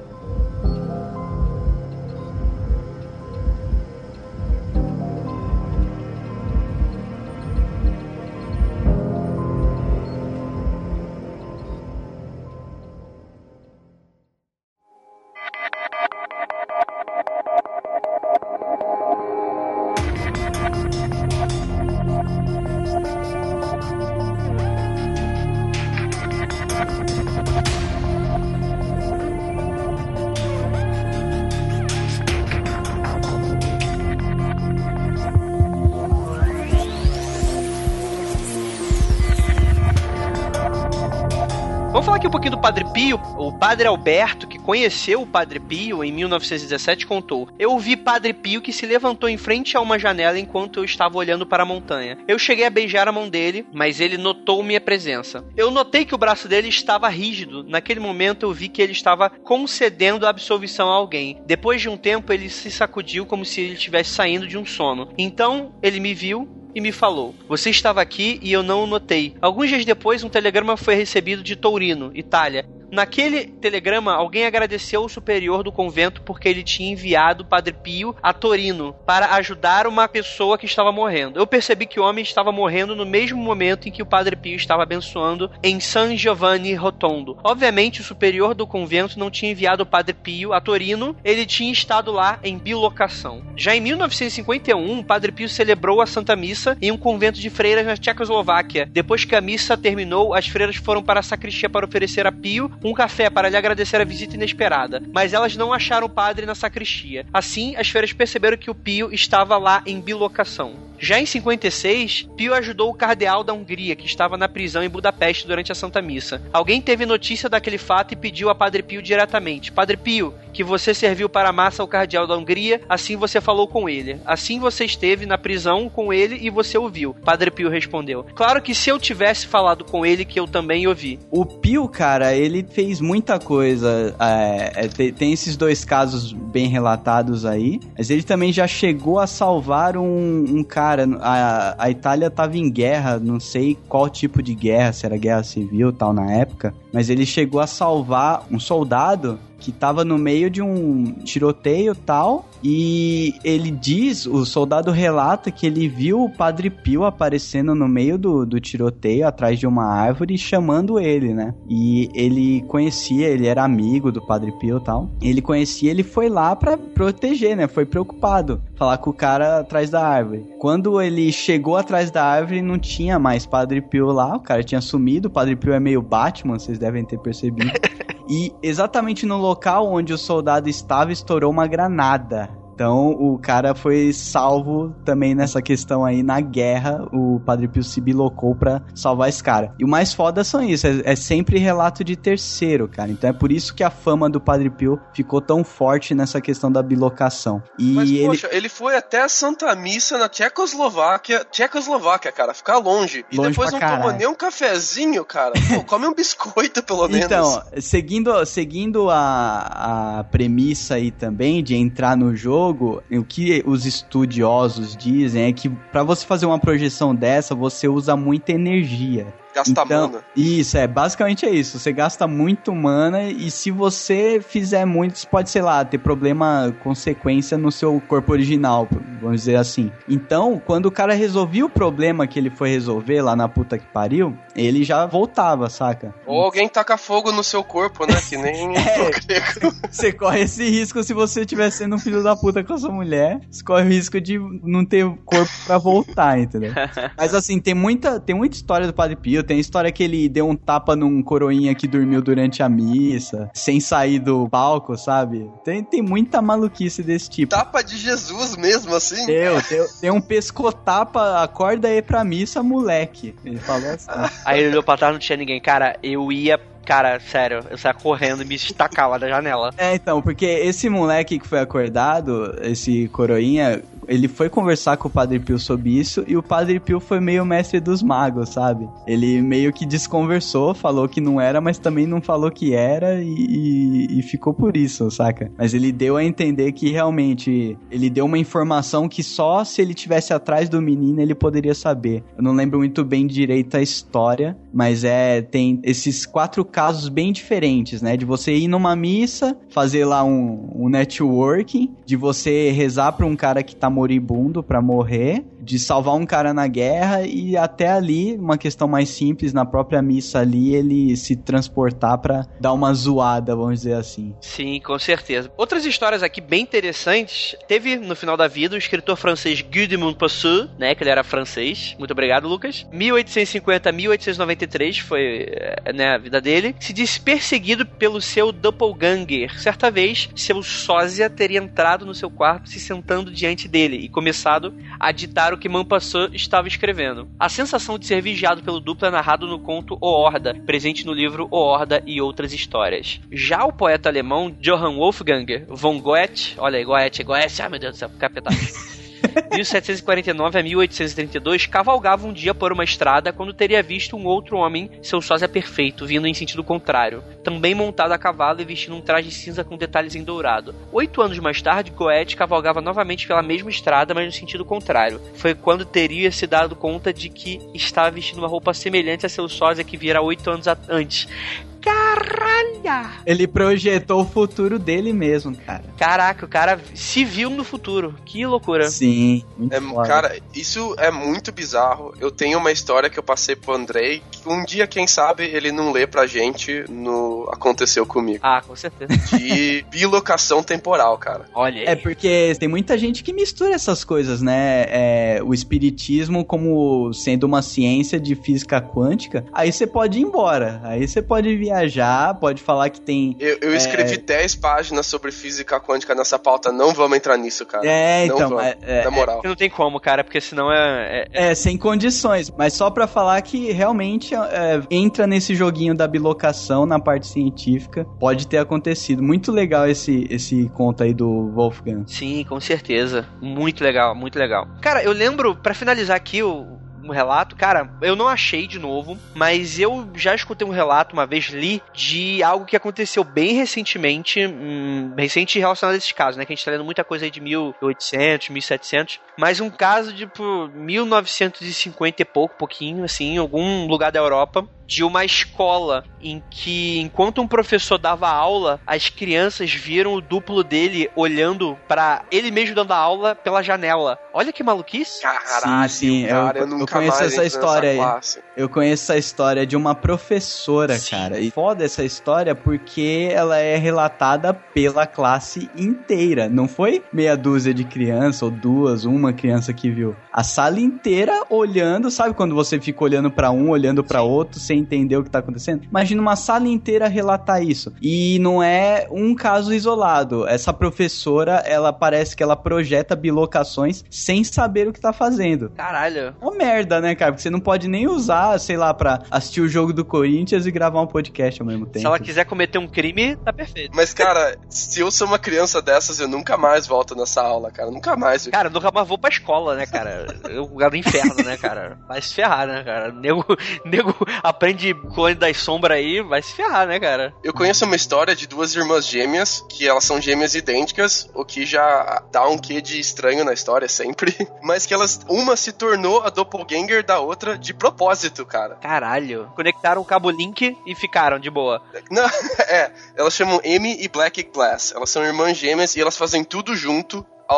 Vamos falar aqui um pouquinho do Padre Pio. O Padre Alberto, que conheceu o Padre Pio em 1917, contou: eu vi Padre Pio que se levantou em frente a uma janela enquanto eu estava olhando para a montanha. Eu cheguei a beijar a mão dele, mas ele notou minha presença. Eu notei que o braço dele estava rígido. Naquele momento eu vi que ele estava concedendo a absolvição a alguém. Depois de um tempo ele se sacudiu como se ele estivesse saindo de um sono. Então ele me viu e me falou: você estava aqui e eu não o notei. Alguns dias depois, um telegrama foi recebido de Torino, Itália. Naquele telegrama, alguém agradeceu o superior do convento porque ele tinha enviado o Padre Pio a Torino para ajudar uma pessoa que estava morrendo. Eu percebi que o homem estava morrendo no mesmo momento em que o Padre Pio estava abençoando em San Giovanni Rotondo. Obviamente, o superior do convento não tinha enviado o Padre Pio a Torino, ele tinha estado lá em bilocação. Já em 1951, o Padre Pio celebrou a Santa Missa em um convento de freiras na Tchecoslováquia. Depois que a missa terminou, as freiras foram para a sacristia para oferecer a Pio um café para lhe agradecer a visita inesperada, mas elas não acharam o padre na sacristia. Assim, as freiras perceberam que o Pio estava lá em bilocação. Já em 56, Pio ajudou o cardeal da Hungria, que estava na prisão em Budapeste durante a Santa Missa. Alguém teve notícia daquele fato e pediu a Padre Pio diretamente: Padre Pio, que você serviu para a massa ao cardeal da Hungria, assim você falou com ele. Assim você esteve na prisão com ele e você ouviu. Padre Pio respondeu: claro que se eu tivesse falado com ele, que eu também ouvi. O Pio, cara, ele fez muita coisa. Tem esses dois casos bem relatados aí, mas ele também já chegou a salvar um cara. A Itália estava em guerra, não sei qual tipo de guerra, se era guerra civil tal na época, mas ele chegou a salvar um soldado que estava no meio de um tiroteio tal, e ele diz, o soldado relata que ele viu o Padre Pio aparecendo no meio do tiroteio, atrás de uma árvore, chamando ele, né? E ele conhecia, ele era amigo do Padre Pio e tal, ele conhecia, ele foi lá pra proteger, né? Foi preocupado, falar com o cara atrás da árvore. Quando ele chegou atrás da árvore, não tinha mais Padre Pio lá, o cara tinha sumido. O Padre Pio é meio Batman, vocês devem ter percebido. E exatamente no local onde o soldado estava, estourou uma granada. Então o cara foi salvo também nessa questão aí. Na guerra, o Padre Pio se bilocou pra salvar esse cara. E o mais foda são isso, é sempre relato de terceiro, cara. Então é por isso que a fama do Padre Pio ficou tão forte nessa questão da bilocação. Mas poxa, ele foi até a Santa Missa na Tchecoslováquia, cara, ficar longe. E depois não tomou nem um cafezinho, cara. Pô, come um biscoito pelo menos. Então, seguindo a premissa aí também de entrar no jogo, o que os estudiosos dizem é que para você fazer uma projeção dessa, você usa muita energia. Gasta mana. Isso, basicamente é isso. Você gasta muito mana e se você fizer muito, você pode, sei lá, ter consequência no seu corpo original, vamos dizer assim. Então, quando o cara resolvia o problema que ele foi resolver lá na puta que pariu, ele já voltava, saca? Ou alguém taca fogo no seu corpo, né? Que nem Você corre esse risco se você estiver sendo um filho da puta com a sua mulher. Você corre o risco de não ter corpo pra voltar, entendeu? Mas assim, tem muita história do Padre Pio. viu? Tem história que ele deu um tapa num coroinha que dormiu durante a missa, sem sair do palco, sabe? Tem muita maluquice desse tipo. Tapa de Jesus mesmo, assim? Tem um pescotapa, acorda aí pra missa, moleque. Ele falou assim. Aí ele olhou pra trás, não tinha ninguém. Cara, Cara, sério, eu saia correndo e me estacava da janela. Então, porque esse moleque que foi acordado, esse coroinha, ele foi conversar com o Padre Pio sobre isso, e o Padre Pio foi meio mestre dos magos, sabe? Ele meio que desconversou, falou que não era, mas também não falou que era, e ficou por isso, saca? Mas ele deu a entender que realmente, ele deu uma informação que só se ele tivesse atrás do menino ele poderia saber. Eu não lembro muito bem direito a história, mas tem esses 4 casos bem diferentes, né? De você ir numa missa, fazer lá um networking, de você rezar pra um cara que tá moribundo pra morrer, de salvar um cara na guerra, e até ali, uma questão mais simples, na própria missa ali, ele se transportar pra dar uma zoada, vamos dizer assim. Sim, com certeza. Outras histórias aqui bem interessantes, teve no final da vida o escritor francês Guy de Maupassant, né, que ele era francês, muito obrigado, Lucas, 1850 a 1893 foi, né, a vida dele, se diz perseguido pelo seu doppelganger. Certa vez, seu sósia teria entrado no seu quarto, se sentando diante dele e começado a ditar o que Maupassant estava escrevendo. A sensação de ser vigiado pelo duplo é narrado no conto O Horda, presente no livro O Horda e Outras Histórias. Já o poeta alemão Johann Wolfgang von Goethe, olha aí, Goethe, ai meu Deus do céu, capetado. 1749 a 1832, cavalgava um dia por uma estrada quando teria visto um outro homem, seu sósia perfeito, vindo em sentido contrário, também montado a cavalo e vestindo um traje cinza com detalhes em dourado. 8 anos mais tarde, Goethe cavalgava novamente pela mesma estrada, mas no sentido contrário. Foi quando teria se dado conta de que estava vestindo uma roupa semelhante a seu sósia que viera 8 anos antes. Caralho! Ele projetou o futuro dele mesmo, cara. Caraca, o cara se viu no futuro. Que loucura. Sim, muito foda. Cara, isso é muito bizarro. Eu tenho uma história que eu passei pro Andrei, que um dia, quem sabe, ele não lê pra gente no Aconteceu Comigo. Ah, com certeza. De bilocação temporal, cara. Olha aí. É porque tem muita gente que mistura essas coisas, né? O espiritismo como sendo uma ciência de física quântica. Aí você pode ir embora. Aí você pode viajar, pode falar que tem... Eu escrevi 10 páginas sobre física quântica nessa pauta. Não vamos entrar nisso, cara. Então... na moral. Não tem como, cara, porque senão sem condições. Mas só pra falar que realmente entra nesse joguinho da bilocação na parte científica. Pode ter acontecido. Muito legal esse conto aí do Wolfgang. Sim, com certeza. Muito legal, muito legal. Cara, eu lembro, pra finalizar aqui um relato, cara, eu não achei de novo, mas eu já escutei um relato, uma vez li, de algo que aconteceu bem recentemente, recente relacionado a esses casos, né, que a gente tá lendo muita coisa aí de 1800, 1700, mas um caso de 1950 e pouquinho, assim, em algum lugar da Europa, de uma escola em que, enquanto um professor dava aula, as crianças viram o duplo dele olhando pra ele mesmo dando a aula pela janela. Olha que maluquice. Caralho, sim, cara, eu conheço essa história aí. Classe. Eu conheço essa história de uma professora, sim, cara. E foda essa história porque ela é relatada pela classe inteira. Não foi meia dúzia de crianças ou uma criança que viu. A sala inteira olhando, sabe quando você fica olhando pra um, olhando pra outro, sem entender o que tá acontecendo? Imagina uma sala inteira relatar isso. E não é um caso isolado. Essa professora, ela parece que ela projeta bilocações sem saber o que tá fazendo. Caralho. Uma merda, né, cara? Porque você não pode nem usar, sei lá, pra assistir o jogo do Corinthians e gravar um podcast ao mesmo tempo. Se ela quiser cometer um crime, tá perfeito. Mas, cara, se eu sou uma criança dessas, eu nunca mais volto nessa aula, cara. Nunca mais. Cara, eu nunca mais vou pra escola, né, cara? O lugar do inferno, né, cara? Vai se ferrar, né, cara? Nego aprende clone das sombras aí, vai se ferrar, né, cara? Eu conheço uma história de 2 irmãs gêmeas, que elas são gêmeas idênticas, o que já dá um quê de estranho na história, sempre. Mas que uma se tornou a doppelganger da outra de propósito, cara. Caralho. Conectaram o cabo link e ficaram de boa. Não, elas chamam Amy e Black Glass. Elas são irmãs gêmeas e elas fazem tudo junto.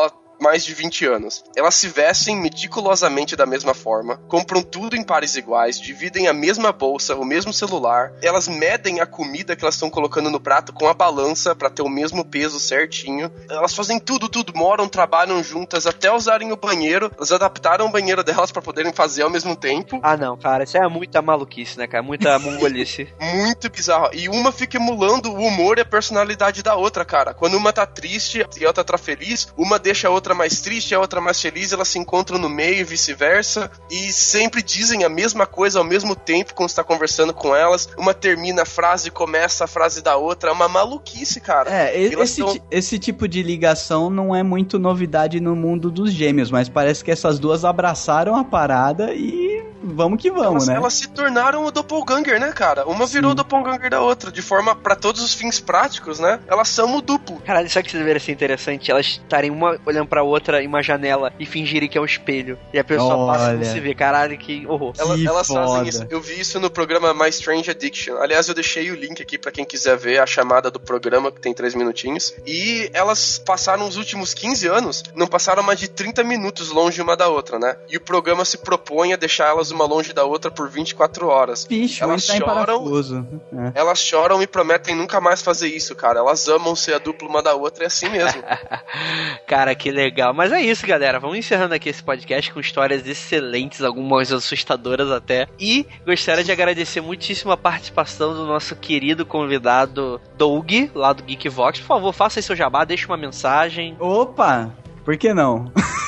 mais de 20 anos. Elas se vestem meticulosamente da mesma forma, compram tudo em pares iguais, dividem a mesma bolsa, o mesmo celular, elas medem a comida que elas estão colocando no prato com a balança pra ter o mesmo peso certinho. Elas fazem tudo, moram, trabalham juntas, até usarem o banheiro. Elas adaptaram o banheiro delas pra poderem fazer ao mesmo tempo. Ah, não, cara, isso é muita maluquice, né, cara? Muita mongolice. Muito bizarro. E uma fica emulando o humor e a personalidade da outra, cara. Quando uma tá triste e a outra tá feliz, uma deixa a outra mais triste, a outra mais feliz, elas se encontram no meio e vice-versa, e sempre dizem a mesma coisa ao mesmo tempo quando está conversando com elas. Uma termina a frase e começa a frase da outra. É uma maluquice, cara. Esse tipo de ligação não é muito novidade no mundo dos gêmeos, mas parece que essas duas abraçaram a parada e vamos que vamos, né? Elas se tornaram o doppelganger, né, cara? Uma virou o doppelganger da outra, de forma, pra todos os fins práticos, né? Elas são o duplo. Caralho, sabe que deveria ser interessante? Elas estarem uma olhando pra outra em uma janela e fingirem que é um espelho. E a pessoa passa e não se vê. Caralho, que horror. Elas fazem isso. Eu vi isso no programa My Strange Addiction. Aliás, eu deixei o link aqui pra quem quiser ver a chamada do programa, que tem 3 minutinhos. E elas passaram os últimos 15 anos, não passaram mais de 30 minutos longe uma da outra, né? E o programa se propõe a deixar elas uma longe da outra por 24 horas. Bicho, elas choram, elas choram e prometem nunca mais fazer isso, cara. Elas amam ser a dupla uma da outra, é assim mesmo. Cara, que legal. Mas é isso, galera. Vamos encerrando aqui esse podcast com histórias excelentes, algumas assustadoras até. E gostaria de agradecer muitíssimo a participação do nosso querido convidado Doug, lá do Geekvox. Por favor, faça aí seu jabá, deixe uma mensagem. Opa! Por que não?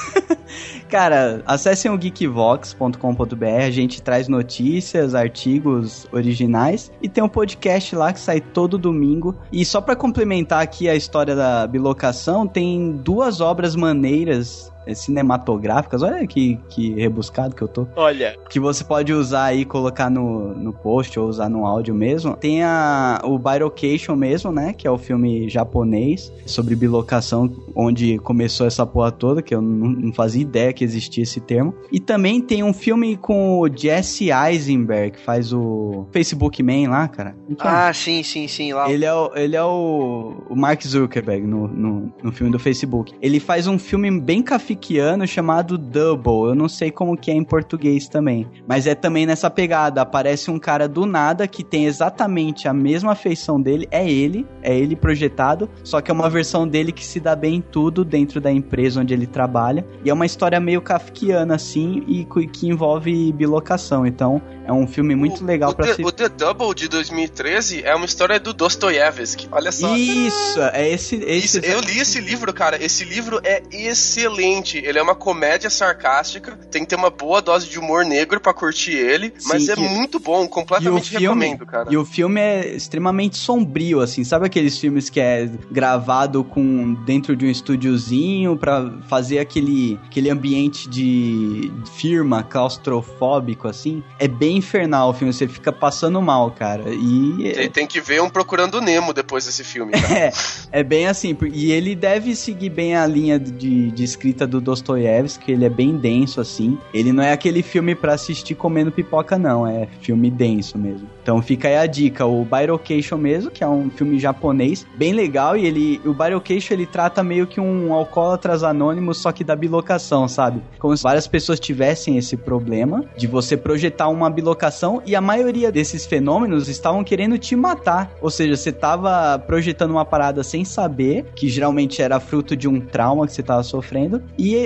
Cara, acessem o geekvox.com.br, a gente traz notícias, artigos originais e tem um podcast lá que sai todo domingo. E só pra complementar aqui a história da bilocação, tem 2 obras maneiras cinematográficas, olha que rebuscado que eu tô. Olha. Que você pode usar aí, colocar no post ou usar no áudio mesmo. Tem o Bilocation mesmo, né? Que é o filme japonês sobre bilocação, onde começou essa porra toda, que eu não fazia ideia que existia esse termo. E também tem um filme com o Jesse Eisenberg, que faz o Facebook Man lá, cara. Ah, sim. Lá. Ele é o Mark Zuckerberg no filme do Facebook. Ele faz um filme bem café chamado Double, eu não sei como que é em português também, mas é também nessa pegada, aparece um cara do nada que tem exatamente a mesma feição dele, é ele projetado, só que é uma versão dele que se dá bem em tudo dentro da empresa onde ele trabalha, e é uma história meio kafkiana assim, e que envolve bilocação, então é um filme muito legal pra se... O The Double de 2013 é uma história do Dostoiévski, olha só. Isso, é esse eu li esse livro, cara, esse livro é excelente. Ele é uma comédia sarcástica, tem que ter uma boa dose de humor negro pra curtir ele, mas muito bom, completamente recomendo, cara. E o filme é extremamente sombrio, assim, sabe aqueles filmes que é gravado dentro de um estúdiozinho pra fazer aquele ambiente de firma claustrofóbico, assim? É bem infernal o filme, você fica passando mal, cara. E tem que ver um Procurando Nemo depois desse filme, cara. É bem assim, e ele deve seguir bem a linha de escrita do Dostoiévski, ele é bem denso, assim. Ele não é aquele filme pra assistir comendo pipoca, não. É filme denso mesmo. Então fica aí a dica. O Bilocation mesmo, que é um filme japonês, bem legal. E o Bilocation, ele trata meio que um alcoólatras anônimos, só que da bilocação, sabe? Como se várias pessoas tivessem esse problema de você projetar uma bilocação, e a maioria desses fenômenos estavam querendo te matar. Ou seja, você tava projetando uma parada sem saber, que geralmente era fruto de um trauma que você tava sofrendo. E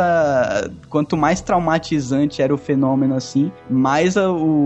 quanto mais traumatizante era o fenômeno, assim, mais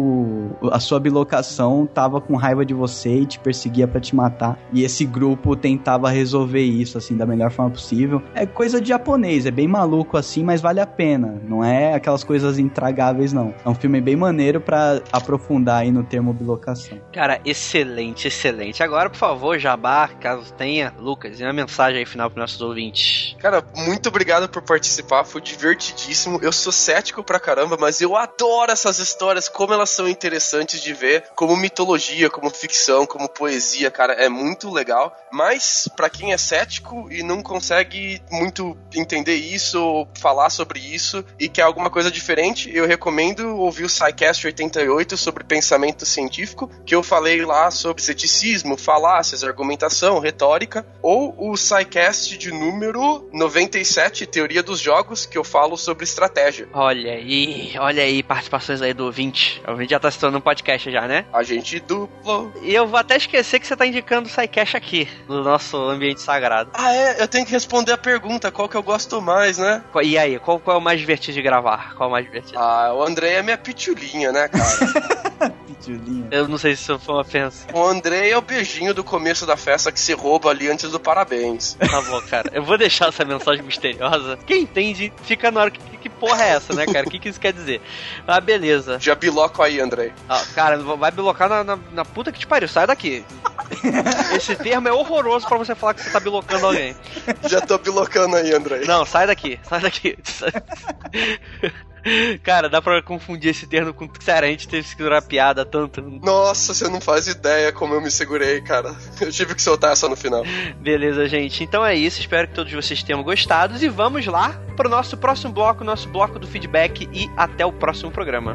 a sua bilocação tava com raiva de você e te perseguia pra te matar. E esse grupo tentava resolver isso, assim, da melhor forma possível. É coisa de japonês, é bem maluco, assim, mas vale a pena. Não é aquelas coisas intragáveis, não. É um filme bem maneiro pra aprofundar aí no termo bilocação. Cara, excelente, excelente. Agora, por favor, jabá, caso tenha, Lucas, e uma mensagem aí final pros nossos ouvintes. Cara, muito obrigado por participar, foi divertidíssimo. Eu sou cético pra caramba, mas eu adoro essas histórias, como elas são interessantes de ver, como mitologia, como ficção, como poesia, cara, é muito legal. Mas, pra quem é cético e não consegue muito entender isso, ou falar sobre isso, e quer alguma coisa diferente, eu recomendo ouvir o SciCast 88 sobre pensamento científico, que eu falei lá sobre ceticismo, falácias, argumentação, retórica, ou o SciCast de número 97, Teoria maioria dos jogos que eu falo sobre estratégia. Olha aí, participações aí do ouvinte. O ouvinte já tá se tornando um podcast já, né? Agente duplo. E eu vou até esquecer que você tá indicando o SciCash aqui, no nosso ambiente sagrado. Ah, é? Eu tenho que responder a pergunta, qual que eu gosto mais, né? E aí, qual é o mais divertido de gravar? Qual é o mais divertido? Ah, o Andrei é minha pitulinha, né, cara? Pitulinha. Eu não sei se isso foi uma ofensa. O Andrei é o beijinho do começo da festa que se rouba ali antes do parabéns. Tá bom, cara. Eu vou deixar essa mensagem misteriosa. Quem entende, fica na hora. Que porra é essa, né, cara? O que isso quer dizer? Ah, beleza. Já biloco aí, Andrei. Ah, cara, vai bilocar na puta que te pariu. Sai daqui. Esse termo é horroroso pra você falar que você tá bilocando alguém. Já tô bilocando aí, Andrei. Não, sai daqui. Sai daqui. Cara, dá pra confundir esse termo com... Sério, a gente teve que segurar a piada tanto. Nossa, você não faz ideia como eu me segurei, cara. Eu tive que soltar essa no final. Beleza, gente. Então é isso. Espero que todos vocês tenham gostado. E vamos lá pro nosso próximo bloco, nosso bloco do feedback. E até o próximo programa.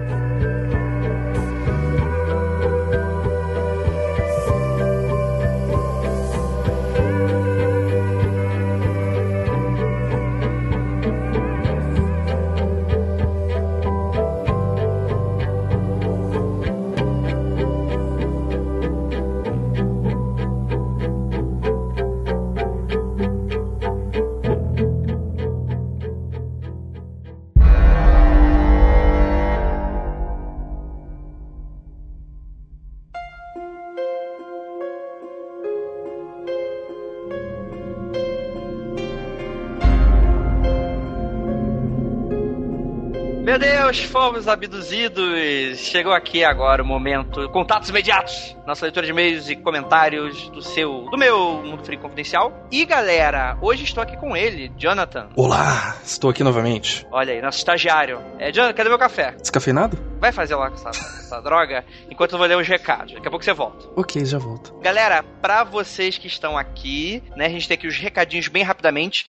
Meu Deus, fomos abduzidos. Chegou aqui agora o momento. Contatos imediatos. Nossa leitura de e-mails e comentários do meu Mundo Freak Confidencial. E galera, hoje estou aqui com ele, Jonathan. Olá, estou aqui novamente. Olha aí, nosso estagiário. Jonathan, cadê meu café? Descafeinado? Vai fazer lá com essa droga, enquanto eu vou ler os recados. Daqui a pouco você volta. Ok, já volto. Galera, pra vocês que estão aqui, né, a gente tem aqui os recadinhos bem rapidamente.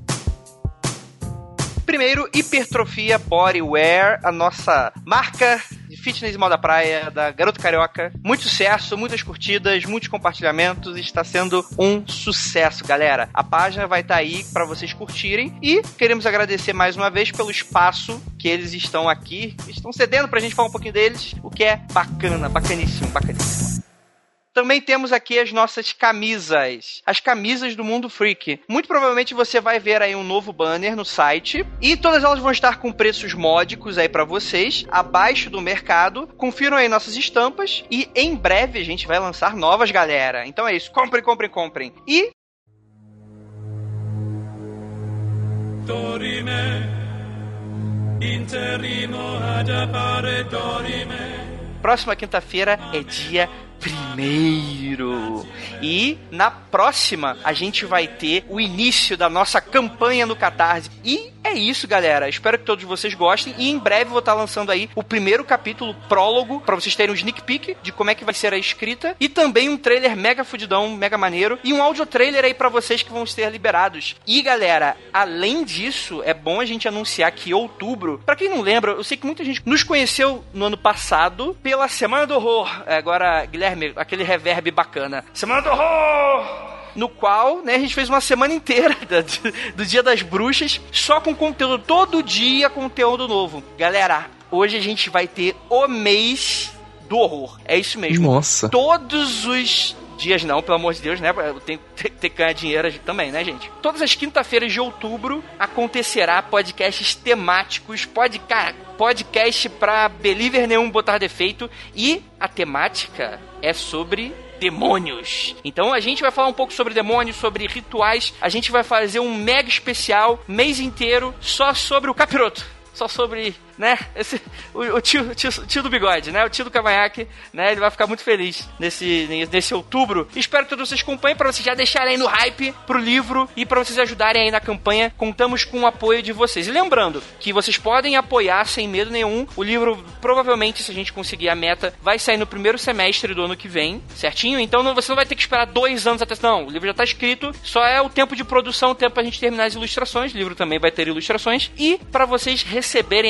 Primeiro, Hipertrofia Bodywear, a nossa marca de fitness e moda praia da Garota Carioca. Muito sucesso, muitas curtidas, muitos compartilhamentos, está sendo um sucesso, galera. A página vai estar aí para vocês curtirem e queremos agradecer mais uma vez pelo espaço que eles estão aqui, estão cedendo pra gente falar um pouquinho deles, o que é bacana, bacaníssimo, bacaníssimo. Também temos aqui as nossas camisas. As camisas do Mundo Freak. Muito provavelmente você vai ver aí um novo banner no site. E todas elas vão estar com preços módicos aí pra vocês. Abaixo do mercado. Confiram aí nossas estampas. E em breve a gente vai lançar novas, galera. Então é isso. Comprem, comprem, comprem. E... Dorime, interrimo ad appare dorime. Próxima quinta-feira é dia 1º. E na próxima a gente vai ter o início da nossa campanha no Catarse. E é isso, galera. Espero que todos vocês gostem. E em breve vou estar lançando aí o primeiro capítulo, prólogo, pra vocês terem um sneak peek de como é que vai ser a escrita. E também um trailer mega fudidão, mega maneiro. E um audio trailer aí pra vocês que vão ser liberados. E, galera, além disso, é bom a gente anunciar que em outubro, pra quem não lembra, eu sei que muita gente nos conheceu no ano passado pela Semana do Horror. Agora, Guilherme, aquele reverb bacana. Semana do Horror! No qual, né, a gente fez uma semana inteira do Dia das Bruxas, só com conteúdo, todo dia conteúdo novo. Galera, hoje a gente vai ter o mês do horror. É isso mesmo. Nossa. Todos os dias não, pelo amor de Deus, né? Tem que ganhar dinheiro também, né, gente? Todas as quinta-feiras de outubro acontecerá podcasts temáticos, podcast pra believer nenhum botar defeito. E a temática é sobre demônios. Então a gente vai falar um pouco sobre demônios, sobre rituais. A gente vai fazer um mega especial, mês inteiro, só sobre o capiroto. Só sobre, né, o tio do bigode, né, o tio do cavanhaque, né, ele vai ficar muito feliz nesse outubro. Espero que todos vocês acompanhem, para vocês já deixarem aí no hype pro livro e para vocês ajudarem aí na campanha. Contamos com o apoio de vocês. E lembrando que vocês podem apoiar sem medo nenhum. O livro, provavelmente, se a gente conseguir a meta, vai sair no primeiro semestre do ano que vem, certinho? Então você não vai ter que esperar 2 anos até... Não, o livro já tá escrito, só é o tempo de produção, o tempo pra gente terminar as ilustrações. O livro também vai ter ilustrações. E para vocês receberem aí no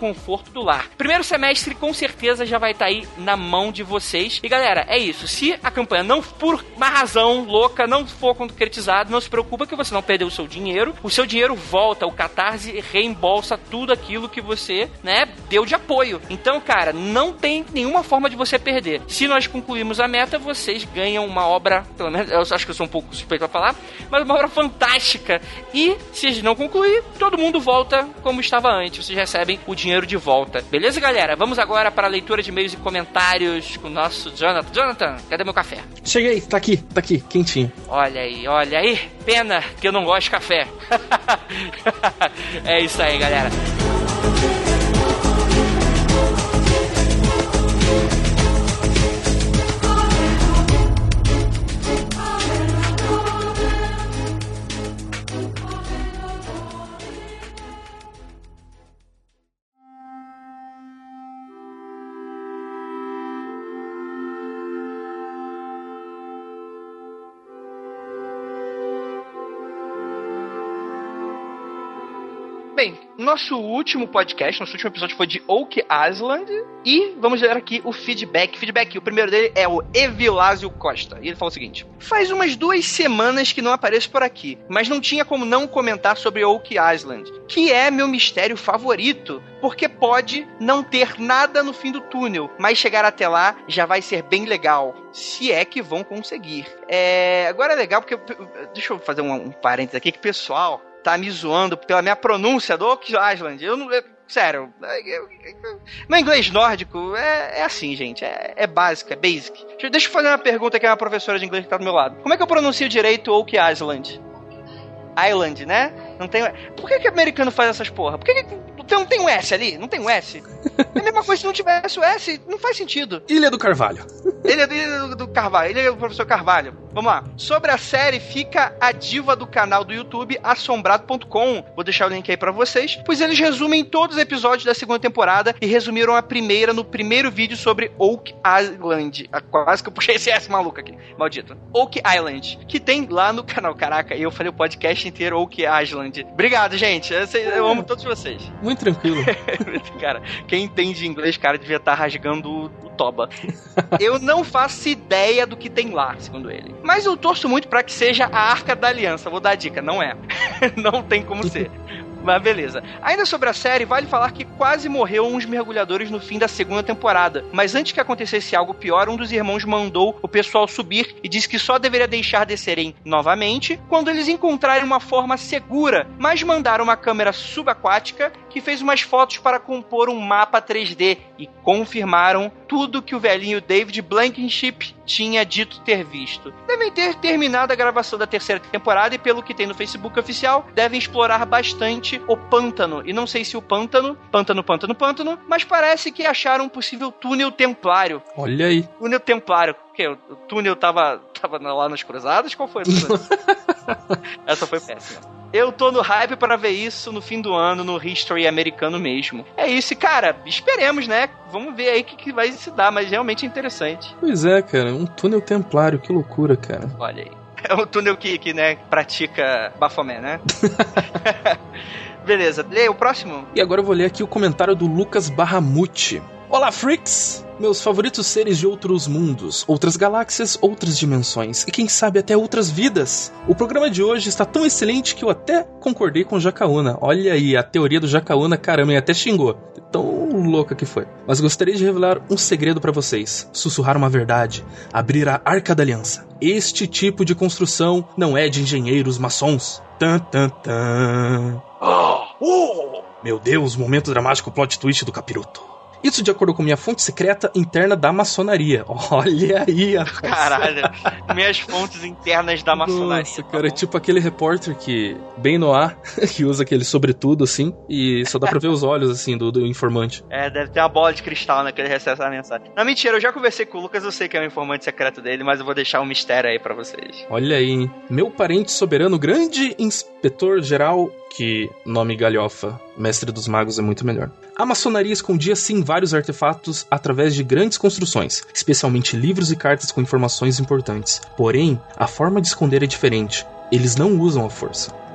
conforto do lar. Primeiro semestre, com certeza, já vai estar aí na mão de vocês. E galera, é isso. Se a campanha não, por uma razão louca, não for concretizada, não se preocupa que você não perdeu o seu dinheiro. O seu dinheiro volta. O Catarse reembolsa tudo aquilo que você, né, deu de apoio. Então, cara, não tem nenhuma forma de você perder. Se nós concluirmos a meta, vocês ganham uma obra, pelo menos, eu acho que eu sou um pouco suspeito pra falar, mas uma obra fantástica. E se a gente não concluir, todo mundo volta como estava antes. Vocês recebem o dinheiro de volta. Beleza, galera? Vamos agora para a leitura de e-mails e comentários com o nosso Jonathan. Jonathan, cadê meu café? Cheguei, tá aqui, quentinho. Olha aí. Pena que eu não gosto de café. É isso aí, galera. Bem, nosso último podcast, nosso último episódio foi de Oak Island e vamos ver aqui o feedback. O primeiro dele é o Evilásio Costa e ele falou o seguinte: faz umas 2 semanas que não apareço por aqui, mas não tinha como não comentar sobre Oak Island, que é meu mistério favorito, porque pode não ter nada no fim do túnel, mas chegar até lá já vai ser bem legal, se é que vão conseguir. Agora é legal porque, deixa eu fazer um parênteses aqui, que o pessoal tá me zoando pela minha pronúncia do Oak Island. Eu não... Sério. Meu inglês nórdico é assim, gente. É básico, é basic. Deixa eu fazer uma pergunta aqui a uma professora de inglês que tá do meu lado. Como é que eu pronuncio direito Oak Island? Island, né? Não tem... Por que americano faz essas porra? Por que não tem um S ali? Não tem um S? É a mesma coisa se não tivesse o S. Não faz sentido. Ilha do Carvalho. Ilha do Carvalho. Ilha do professor Carvalho. Vamos lá. Sobre a série, fica a diva do canal do YouTube, assombrado.com. Vou deixar o link aí pra vocês, pois eles resumem todos os episódios da segunda temporada e resumiram a primeira no primeiro vídeo sobre Oak Island. Quase que eu puxei esse S maluco aqui. Maldito. Oak Island. Que tem lá no canal. Caraca, eu falei o podcast inteiro Oak Island. Obrigado, gente. Eu amo todos vocês. Muito tranquilo. Cara, quem entende inglês, cara, devia estar rasgando o toba. Eu não faço ideia do que tem lá, segundo ele. Mas eu torço muito pra que seja a Arca da Aliança. Vou dar a dica, não é. Não tem como ser. Mas beleza. Ainda sobre a série, vale falar que quase morreu uns mergulhadores no fim da segunda temporada. Mas antes que acontecesse algo pior, um dos irmãos mandou o pessoal subir e disse que só deveria deixar descerem novamente quando eles encontrarem uma forma segura. Mas mandaram uma câmera subaquática que fez umas fotos para compor um mapa 3D e confirmaram tudo que o velhinho David Blankenship tinha dito ter visto. Devem ter terminado a gravação da terceira temporada e, pelo que tem no Facebook oficial, devem explorar bastante o pântano. E não sei se o pântano, mas parece que acharam um possível túnel templário. Olha aí. Túnel templário. O quê? O túnel tava lá nas cruzadas? Qual foi? Essa foi péssima. Eu tô no hype para ver isso no fim do ano, no History americano mesmo. É isso, cara, esperemos, né? Vamos ver aí o que vai se dar, mas realmente é interessante. Pois é, cara, um túnel templário, que loucura, cara. Olha aí. É um túnel que né, pratica Baphomet, né? Beleza, leia o próximo. E agora eu vou ler aqui o comentário do Lucas Barramuti. Olá, freaks! Meus favoritos seres de outros mundos, outras galáxias, outras dimensões e quem sabe até outras vidas. O programa de hoje está tão excelente que eu até concordei com o Jacaúna. Olha aí, a teoria do Jacaúna, caramba, ele até xingou. Tão louca que foi. Mas gostaria de revelar um segredo pra vocês. Sussurrar uma verdade. Abrir a Arca da Aliança. Este tipo de construção não é de engenheiros maçons. Tan, tan, tan. Meu Deus, momento dramático plot twist do capiroto. Isso de acordo com minha fonte secreta interna da maçonaria. Olha aí, rapaz. Caralho, minhas fontes internas da maçonaria. Nossa, cara, é tipo aquele repórter que, bem no ar, que usa aquele sobretudo, assim, e só dá pra ver os olhos, assim, do informante. É, deve ter uma bola de cristal naquele recesso da mensagem. Não, mentira, eu já conversei com o Lucas, eu sei que é o informante secreto dele, mas eu vou deixar um mistério aí pra vocês. Olha aí, hein? Meu parente soberano, grande inspetor-geral, que nome galhofa, mestre dos magos é muito melhor. A maçonaria escondia sim vários artefatos através de grandes construções, especialmente livros e cartas com informações importantes. Porém, a forma de esconder é diferente. Eles não usam a força.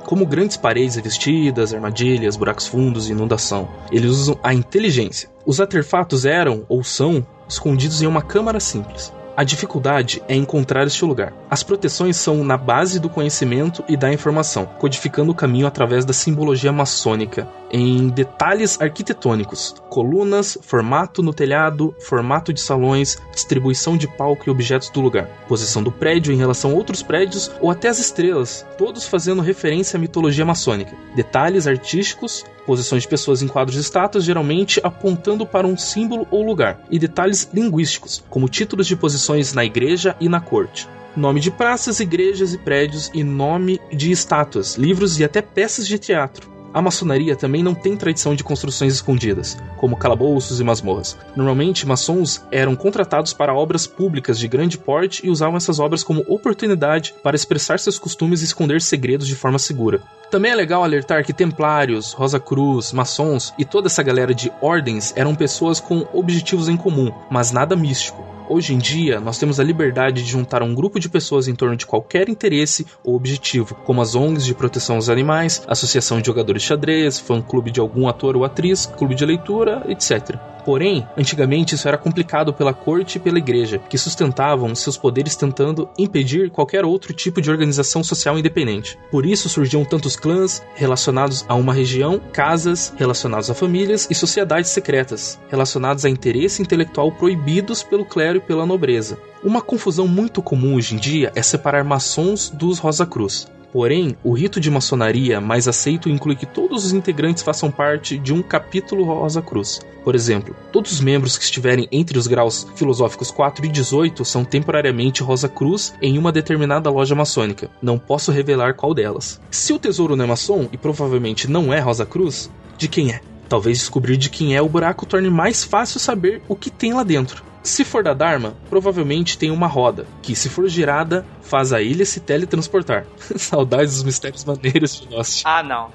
como grandes paredes revestidas, armadilhas, buracos fundos e inundação. Eles usam a inteligência. Os artefatos eram, ou são, escondidos em uma câmara simples. A dificuldade é encontrar este lugar. As proteções são na base do conhecimento e da informação, codificando o caminho através da simbologia maçônica, em detalhes arquitetônicos, colunas, formato no telhado, formato de salões, distribuição de palco e objetos do lugar, posição do prédio em relação a outros prédios ou até as estrelas, todos fazendo referência à mitologia maçônica. Detalhes artísticos, posições de pessoas em quadros de estátuas, geralmente apontando para um símbolo ou lugar, e detalhes linguísticos, como títulos de posições na igreja e na corte. Nome de praças, igrejas e prédios e nome de estátuas, livros e até peças de teatro. A maçonaria também não tem tradição de construções escondidas, como calabouços e masmorras. Normalmente, maçons eram contratados para obras públicas de grande porte e usavam essas obras como oportunidade para expressar seus costumes e esconder segredos de forma segura. Também é legal alertar que templários, Rosa Cruz, maçons e toda essa galera de ordens eram pessoas com objetivos em comum, mas nada místico. Hoje em dia, nós temos a liberdade de juntar um grupo de pessoas em torno de qualquer interesse ou objetivo, como as ONGs de proteção aos animais, associação de jogadores de xadrez, fã-clube de algum ator ou atriz, clube de leitura, etc. Porém, antigamente isso era complicado pela corte e pela igreja, que sustentavam seus poderes tentando impedir qualquer outro tipo de organização social independente. Por isso surgiam tantos clãs relacionados a uma região, casas relacionados a famílias e sociedades secretas, relacionados a interesse intelectual proibidos pelo clero e pela nobreza. Uma confusão muito comum hoje em dia é separar maçons dos Rosa Cruz. Porém, o rito de maçonaria mais aceito inclui que todos os integrantes façam parte de um capítulo Rosa Cruz. Por exemplo, todos os membros que estiverem entre os graus filosóficos 4 e 18 são temporariamente Rosa Cruz em uma determinada loja maçônica. Não posso revelar qual delas. Se o tesouro não é maçom, e provavelmente não é Rosa Cruz, de quem é? Talvez descobrir de quem é o buraco torne mais fácil saber o que tem lá dentro. Se for da Dharma, provavelmente tem uma roda, que se for girada, faz a ilha se teletransportar. Saudades dos mistérios maneiros de Lost. Não,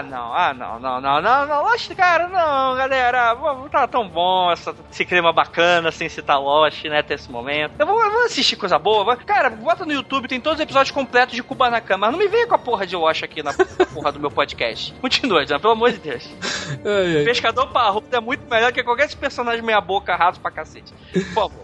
Lost, cara, não, galera, tá tão bom esse clima bacana, sem citar Lost, né, até esse momento. Eu vou assistir coisa boa, cara, bota no YouTube, tem todos os episódios completos de Kubanacan, mas não me venha com a porra de Lost aqui na porra do meu podcast. Continua, John, pelo amor de Deus. Pescador Parrudo é muito melhor que qualquer personagem meia boca, raso pra cacete. Por favor.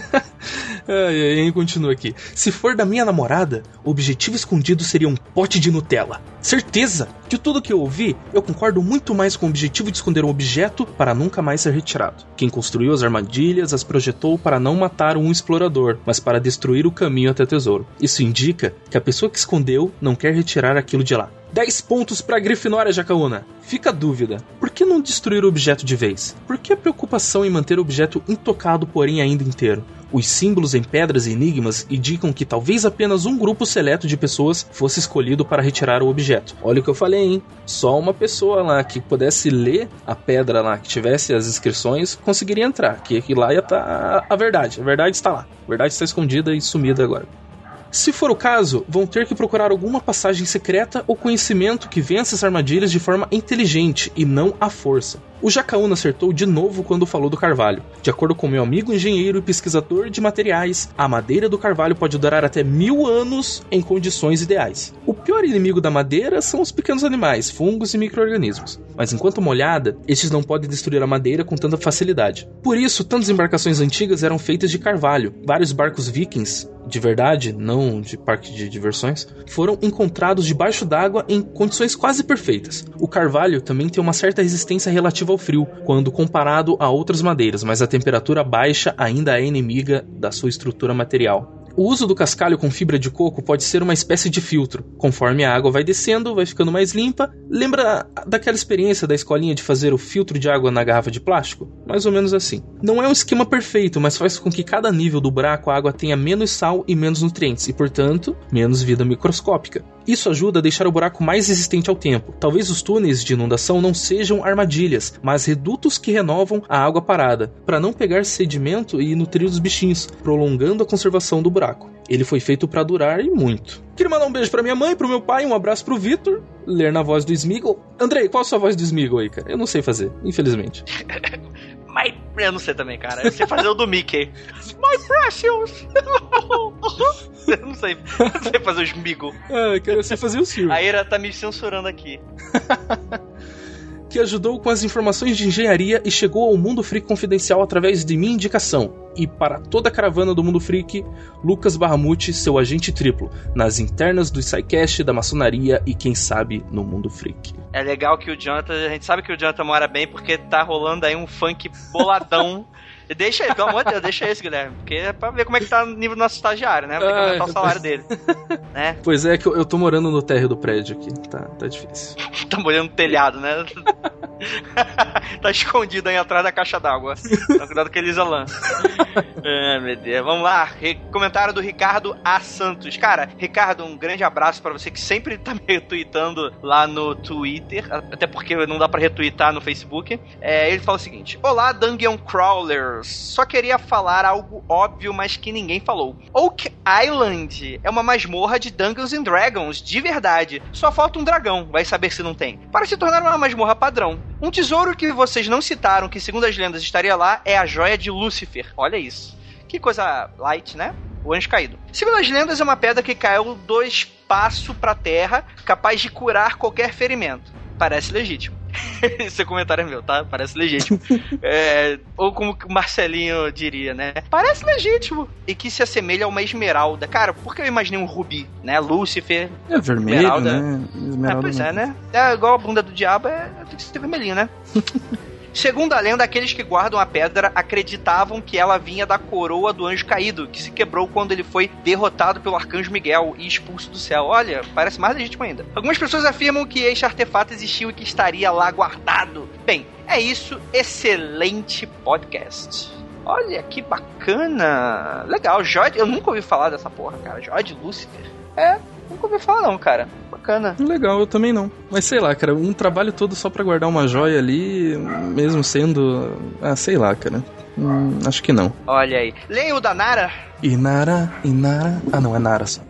Aí continua aqui. Se for da minha namorada, o objetivo escondido seria um pote de Nutella. Certeza! De tudo que eu ouvi, eu concordo muito mais com o objetivo de esconder um objeto para nunca mais ser retirado. Quem construiu as armadilhas as projetou para não matar um explorador, mas para destruir o caminho até o tesouro. Isso indica que a pessoa que escondeu não quer retirar aquilo de lá. 10 pontos pra Grifinória, Jacaúna. Fica a dúvida, por que não destruir o objeto de vez? Por que a preocupação em manter o objeto intocado, porém ainda inteiro? Os símbolos em pedras e enigmas indicam que talvez apenas um grupo seleto de pessoas fosse escolhido para retirar o objeto. Olha o que eu falei, hein? Só uma pessoa lá que pudesse ler a pedra lá, que tivesse as inscrições, conseguiria entrar. Que lá ia estar a verdade. A verdade está lá. A verdade está escondida e sumida agora. Se for o caso, vão ter que procurar alguma passagem secreta ou conhecimento que vença as armadilhas de forma inteligente e não à força. O Jacaúna acertou de novo quando falou do carvalho. De acordo com meu amigo engenheiro e pesquisador de materiais, a madeira do carvalho pode durar até 1000 anos em condições ideais. O pior inimigo da madeira são os pequenos animais, fungos e micro-organismos. Mas enquanto molhada, estes não podem destruir a madeira com tanta facilidade. Por isso, tantas embarcações antigas eram feitas de carvalho. Vários barcos vikings, de verdade, não de parque de diversões, foram encontrados debaixo d'água em condições quase perfeitas. O carvalho também tem uma certa resistência relativa ao frio, quando comparado a outras madeiras, mas a temperatura baixa ainda é inimiga da sua estrutura material. O uso do cascalho com fibra de coco pode ser uma espécie de filtro. Conforme a água vai descendo, vai ficando mais limpa. Lembra daquela experiência da escolinha de fazer o filtro de água na garrafa de plástico? Mais ou menos assim. Não é um esquema perfeito, mas faz com que cada nível do buraco a água tenha menos sal e menos nutrientes, e portanto, menos vida microscópica. Isso ajuda a deixar o buraco mais resistente ao tempo. Talvez os túneis de inundação não sejam armadilhas, mas redutos que renovam a água parada, para não pegar sedimento e nutrir os bichinhos, prolongando a conservação do buraco. Ele foi feito para durar e muito. Queria mandar um beijo pra minha mãe, pro meu pai, um abraço pro Vitor, ler na voz do Smeagol. Andrei, qual a sua voz do Smeagol aí, cara? Eu não sei fazer, infelizmente. My Eu não sei também, cara. Eu sei fazer o do Mickey. My precious! Eu não sei fazer os Miggle. Cara, eu sei fazer o Sir. A Ira tá me censurando aqui. Que ajudou com as informações de engenharia e chegou ao Mundo Freak Confidencial através de minha indicação. E para toda a caravana do Mundo Freak, Lucas Bahamut, seu agente triplo, nas internas do SciCast, da maçonaria e quem sabe no Mundo Freak. É legal que o Jonathan, a gente sabe que o Jonathan mora bem porque tá rolando aí um funk boladão. Deixa aí, pelo amor de Deus, deixa esse, Guilherme. Porque é pra ver como é que tá o nível do nosso estagiário, né? Tem que aumentar o salário dele. Né? Pois é, que eu tô morando no térreo do prédio aqui. Tá difícil. Tá morando no telhado, né? Tá escondido aí atrás da caixa d'água. Tá cuidado com Elisa Lam. Meu Deus. Vamos lá. Comentário do Ricardo A. Santos. Cara, Ricardo, um grande abraço pra você que sempre tá me retweetando lá no Twitter. Até porque não dá pra retweetar no Facebook. Ele fala o seguinte: olá, Dungeon Crawlers. Só queria falar algo óbvio, mas que ninguém falou. Oak Island é uma masmorra de Dungeons and Dragons, de verdade. Só falta um dragão, vai saber se não tem. Para se tornar uma masmorra padrão. Um tesouro que vocês não citaram, que segundo as lendas estaria lá, é a joia de Lúcifer. Olha isso. Que coisa light, né? O anjo caído. Segundo as lendas, é uma pedra que caiu do espaço pra terra, capaz de curar qualquer ferimento. Parece legítimo. Esse comentário é meu, tá? Parece legítimo. Ou como o Marcelinho diria, né? Parece legítimo. E que se assemelha a uma esmeralda. Cara, por que eu imaginei um rubi, né? Lúcifer. É vermelho, esmeralda. né? Esmeralda Pois é, né? É igual a bunda do diabo, tem que ser vermelhinho, né? Segundo a lenda, aqueles que guardam a pedra acreditavam que ela vinha da coroa do anjo caído, que se quebrou quando ele foi derrotado pelo arcanjo Miguel e expulso do céu. Olha, parece mais legítimo ainda. Algumas pessoas afirmam que este artefato existiu e que estaria lá guardado. Bem, é isso. Excelente podcast. Olha, que bacana. Legal, Joia... Eu nunca ouvi falar dessa porra, cara. Joia de Lúcifer. Nunca ouvi falar não, cara. Bacana. Legal, eu também não. Mas sei lá, cara, um trabalho todo só pra guardar uma joia ali, mesmo sendo... sei lá, cara. Acho que não. Olha aí. Leia o da Nara. Inara... não, é Nara só.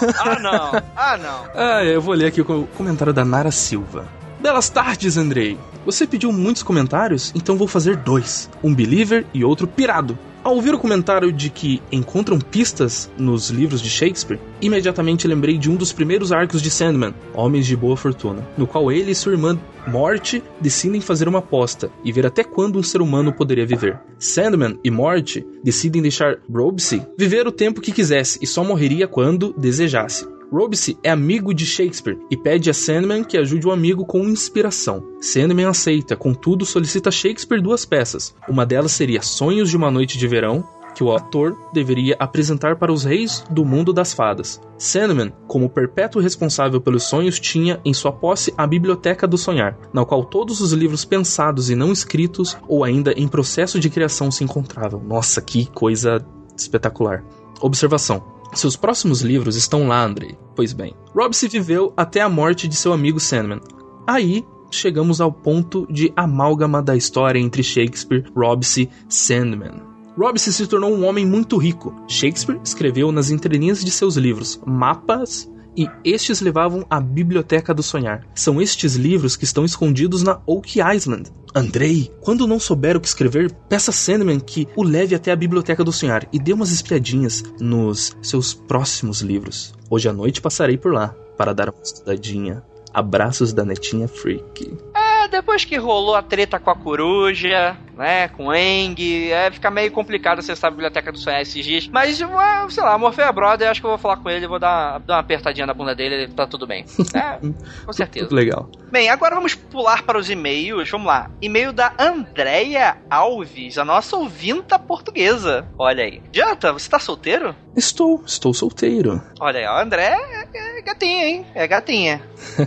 não. Eu vou ler aqui o comentário da Nara Silva. Belas tardes, Andrei. Você pediu muitos comentários, então vou fazer 2. Um believer e outro pirado. Ao ouvir o comentário de que encontram pistas nos livros de Shakespeare, imediatamente lembrei de um dos primeiros arcos de Sandman, Homens de Boa Fortuna, no qual ele e sua irmã Morte decidem fazer uma aposta e ver até quando um ser humano poderia viver. Sandman e Morte decidem deixar Robsy viver o tempo que quisesse e só morreria quando desejasse. Robsy é amigo de Shakespeare e pede a Sandman que ajude o amigo com inspiração. Sandman aceita, contudo solicita a Shakespeare 2 peças. Uma delas seria Sonhos de uma Noite de Verão, que o autor deveria apresentar para os reis do mundo das fadas. Sandman, como perpétuo responsável pelos sonhos, tinha em sua posse a Biblioteca do Sonhar, na qual todos os livros pensados e não escritos ou ainda em processo de criação se encontravam. Nossa, que coisa espetacular. Observação. Seus próximos livros estão lá, Andrei. Pois bem, Robsy viveu até a morte de seu amigo Sandman. Aí, chegamos ao ponto de amálgama da história entre Shakespeare, Robsy e Sandman. Robsy se tornou um homem muito rico. Shakespeare escreveu nas entrelinhas de seus livros mapas e estes levavam à Biblioteca do Sonhar. São estes livros que estão escondidos na Oak Island. Andrei, quando não souber o que escrever, peça a Sandman que o leve até a Biblioteca do Sonhar e dê umas espiadinhas nos seus próximos livros. Hoje à noite passarei por lá para dar uma estudadinha. Abraços da Netinha Freak. Depois que rolou a treta com a coruja, né, com o Eng, fica meio complicado acessar a Biblioteca do Sonhar esses dias. Mas, sei lá, Morfeu é brother, acho que eu vou falar com ele, vou dar uma apertadinha na bunda dele, tá tudo bem. Com certeza. Tudo legal. Bem, agora vamos pular para os e-mails, vamos lá. E-mail da Andréia Alves, a nossa ouvinta portuguesa. Olha aí. Janta, você tá solteiro? Estou solteiro. Olha aí, a André é gatinha, hein? É gatinha.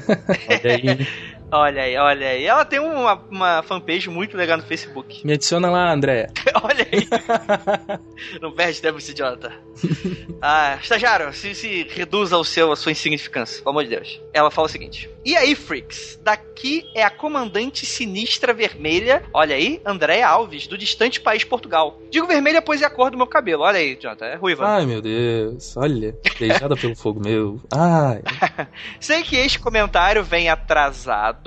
Olha aí. Olha aí. Ela tem uma fanpage muito legal no Facebook. Me adiciona lá, André. Olha aí. Não perde tempo esse idiota. Estagiário, se reduza a sua insignificância, pelo amor de Deus. Ela fala o seguinte: e aí, freaks? Daqui é a comandante sinistra vermelha, olha aí, Andréia Alves, do distante país Portugal. Digo vermelha, pois é a cor do meu cabelo. Olha aí, idiota, é ruiva. Ai, meu Deus. Olha, beijada pelo fogo meu. Ai. Sei que este comentário vem atrasado,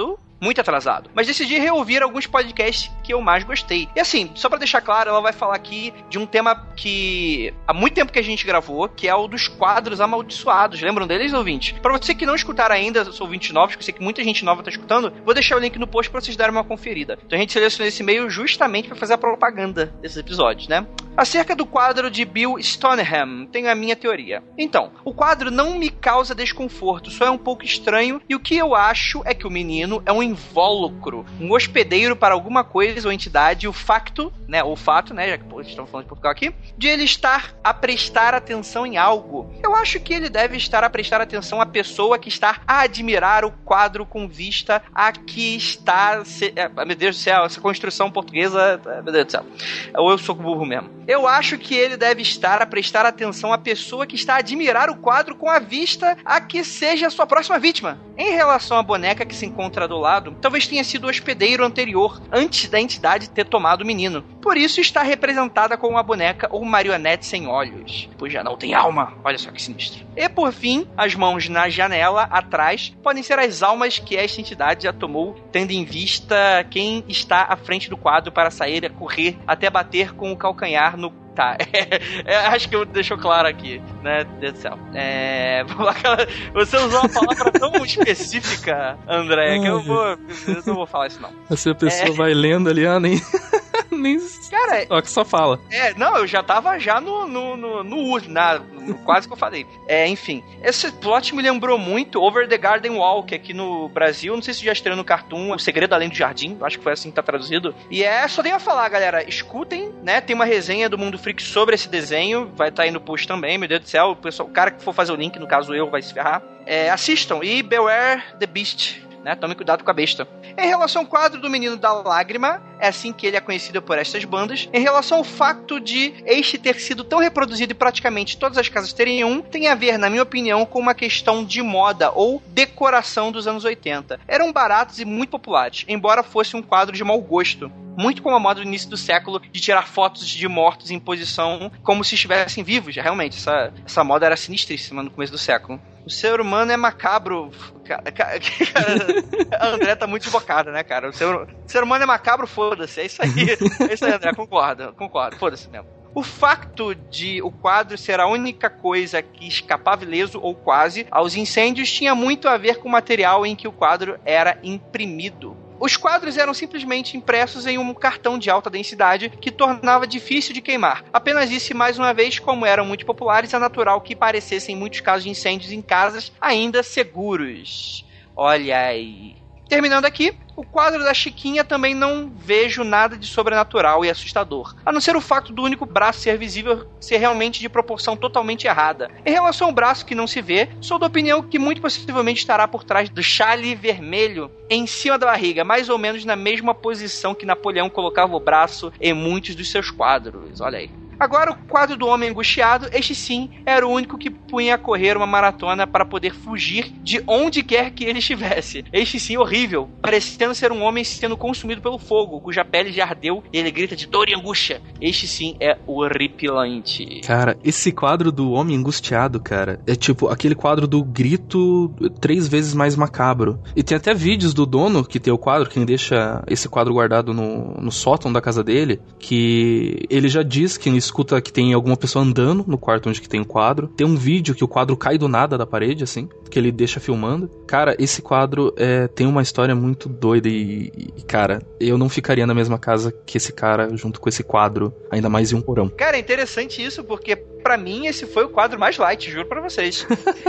muito atrasado. Mas decidi reouvir alguns podcasts que eu mais gostei. E assim, só pra deixar claro, ela vai falar aqui de um tema que há muito tempo que a gente gravou, que é o dos quadros amaldiçoados. Lembram deles, ouvintes? Pra você que não escutaram ainda, sou ouvintes novos, que eu sei que muita gente nova tá escutando, vou deixar o link no post pra vocês darem uma conferida. Então a gente selecionou esse e-mail justamente pra fazer a propaganda desses episódios, né? Acerca do quadro de Bill Stoneham, tenho a minha teoria. Então, o quadro não me causa desconforto, só é um pouco estranho, e o que eu acho é que o menino é um invólucro, um hospedeiro para alguma coisa ou entidade, o fato, né, já que estamos falando de Portugal aqui, de ele estar a prestar atenção em algo. Eu acho que ele deve estar a prestar atenção à pessoa que está a admirar o quadro com vista a que está... meu Deus do céu, essa construção portuguesa... Meu Deus do céu. Ou eu sou burro mesmo. Eu acho que ele deve estar a prestar atenção à pessoa que está a admirar o quadro com a vista a que seja a sua próxima vítima. Em relação à boneca que se encontra do lado, talvez tenha sido o hospedeiro anterior, antes da entidade ter tomado o menino. Por isso está representada como uma boneca ou marionete sem olhos, pois já não tem alma. Olha só que sinistro. E por fim, as mãos na janela atrás podem ser as almas que esta entidade já tomou, tendo em vista quem está à frente do quadro para sair a correr até bater com o calcanhar no... Tá, acho que eu deixou claro aqui, né? Deus do céu. Você usou uma palavra tão específica, André, que eu não vou falar isso não. Se a pessoa vai lendo ali, nem cara, só fala. Não, eu já tava no quase que eu falei. Enfim, esse plot me lembrou muito Over the Garden Wall, que aqui no Brasil, não sei se já estreou no Cartoon, O Segredo Além do Jardim, acho que foi assim que tá traduzido. E só tenho a falar, galera, escutem, né? Tem uma resenha do Mundo Freak sobre esse desenho, vai estar aí no post também, meu Deus do céu, o cara que for fazer o link, no caso eu, vai se ferrar. Assistam, e Beware the Beast, né? Tome cuidado com a besta. Em relação ao quadro do Menino da Lágrima, é assim que ele é conhecido por estas bandas. Em relação ao fato de este ter sido tão reproduzido e praticamente todas as casas terem um, tem a ver, na minha opinião, com uma questão de moda ou decoração dos anos 80. Eram baratos e muito populares, embora fosse um quadro de mau gosto. Muito como a moda do início do século de tirar fotos de mortos em posição como se estivessem vivos. Realmente, essa moda era sinistríssima no começo do século. O ser humano é macabro. Cara, a André tá muito desbocada, né, cara? O ser humano é macabro, foda-se. É isso aí. É isso aí, André. Concordo. Foda-se mesmo. O facto de o quadro ser a única coisa que escapava ileso, ou quase, aos incêndios tinha muito a ver com o material em que o quadro era imprimido. Os quadros eram simplesmente impressos em um cartão de alta densidade que tornava difícil de queimar. Apenas isso, e mais uma vez, como eram muito populares, é natural que parecessem muitos casos de incêndios em casas ainda seguros. Olha aí. Terminando aqui, o quadro da Chiquinha também não vejo nada de sobrenatural e assustador, a não ser o fato do único braço ser visível ser realmente de proporção totalmente errada. Em relação ao braço que não se vê, sou da opinião que muito possivelmente estará por trás do chale vermelho em cima da barriga, mais ou menos na mesma posição que Napoleão colocava o braço em muitos dos seus quadros. Olha aí. Agora, o quadro do homem angustiado, este sim, era o único que punha a correr uma maratona para poder fugir de onde quer que ele estivesse. Este sim, horrível, parecendo ser um homem sendo consumido pelo fogo, cuja pele já ardeu e ele grita de dor e angústia. Este sim é horripilante. Cara, esse quadro do homem angustiado, cara, é tipo aquele quadro do grito 3 vezes mais macabro. E tem até vídeos do dono que tem o quadro, quem deixa esse quadro guardado no sótão da casa dele, que ele já diz que escuta que tem alguma pessoa andando no quarto onde que tem o quadro. Tem um vídeo que o quadro cai do nada da parede, assim, que ele deixa filmando. Cara, esse quadro tem uma história muito doida e, cara, eu não ficaria na mesma casa que esse cara junto com esse quadro, ainda mais em um porão. Cara, é interessante isso, porque pra mim esse foi o quadro mais light, juro pra vocês.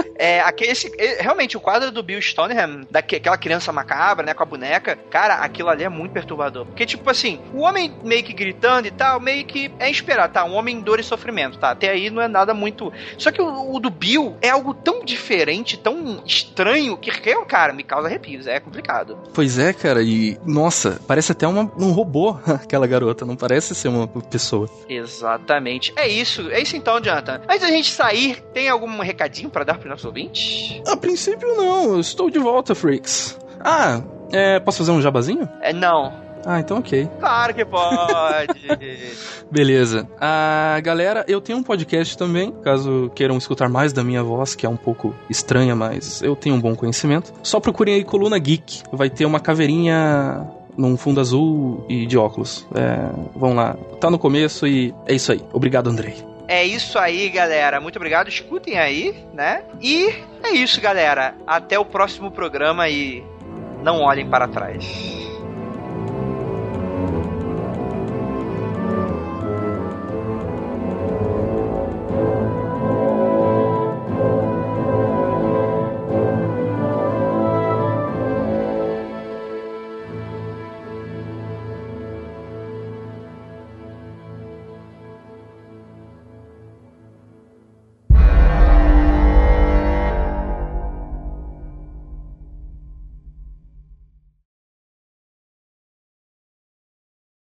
Realmente, o quadro do Bill Stoneham, daquela criança macabra, né, com a boneca, cara, aquilo ali é muito perturbador. Porque, tipo assim, o homem meio que gritando e tal, meio que é esperar, tá? Um homem em dor e sofrimento, tá? Até aí não é nada muito... Só que o do Bill é algo tão diferente, tão estranho, que, cara, me causa arrepios, é complicado. Pois é, cara, e, nossa, parece até um robô, aquela garota, não parece ser uma pessoa. Exatamente. É isso então, Jonathan. Antes da gente sair, tem algum recadinho pra dar pros nossos ouvintes? A princípio não, eu estou de volta, Freaks. Posso fazer um jabazinho? Não. Ah, então ok. Claro que pode. Beleza. Galera, eu tenho um podcast também, caso queiram escutar mais da minha voz, que é um pouco estranha, mas eu tenho um bom conhecimento. Só procurem aí Coluna Geek. Vai ter uma caveirinha num fundo azul e de óculos. Vão lá. Tá no começo e é isso aí. Obrigado, Andrei. É isso aí, galera. Muito obrigado. Escutem aí, né? E é isso, galera. Até o próximo programa e não olhem para trás.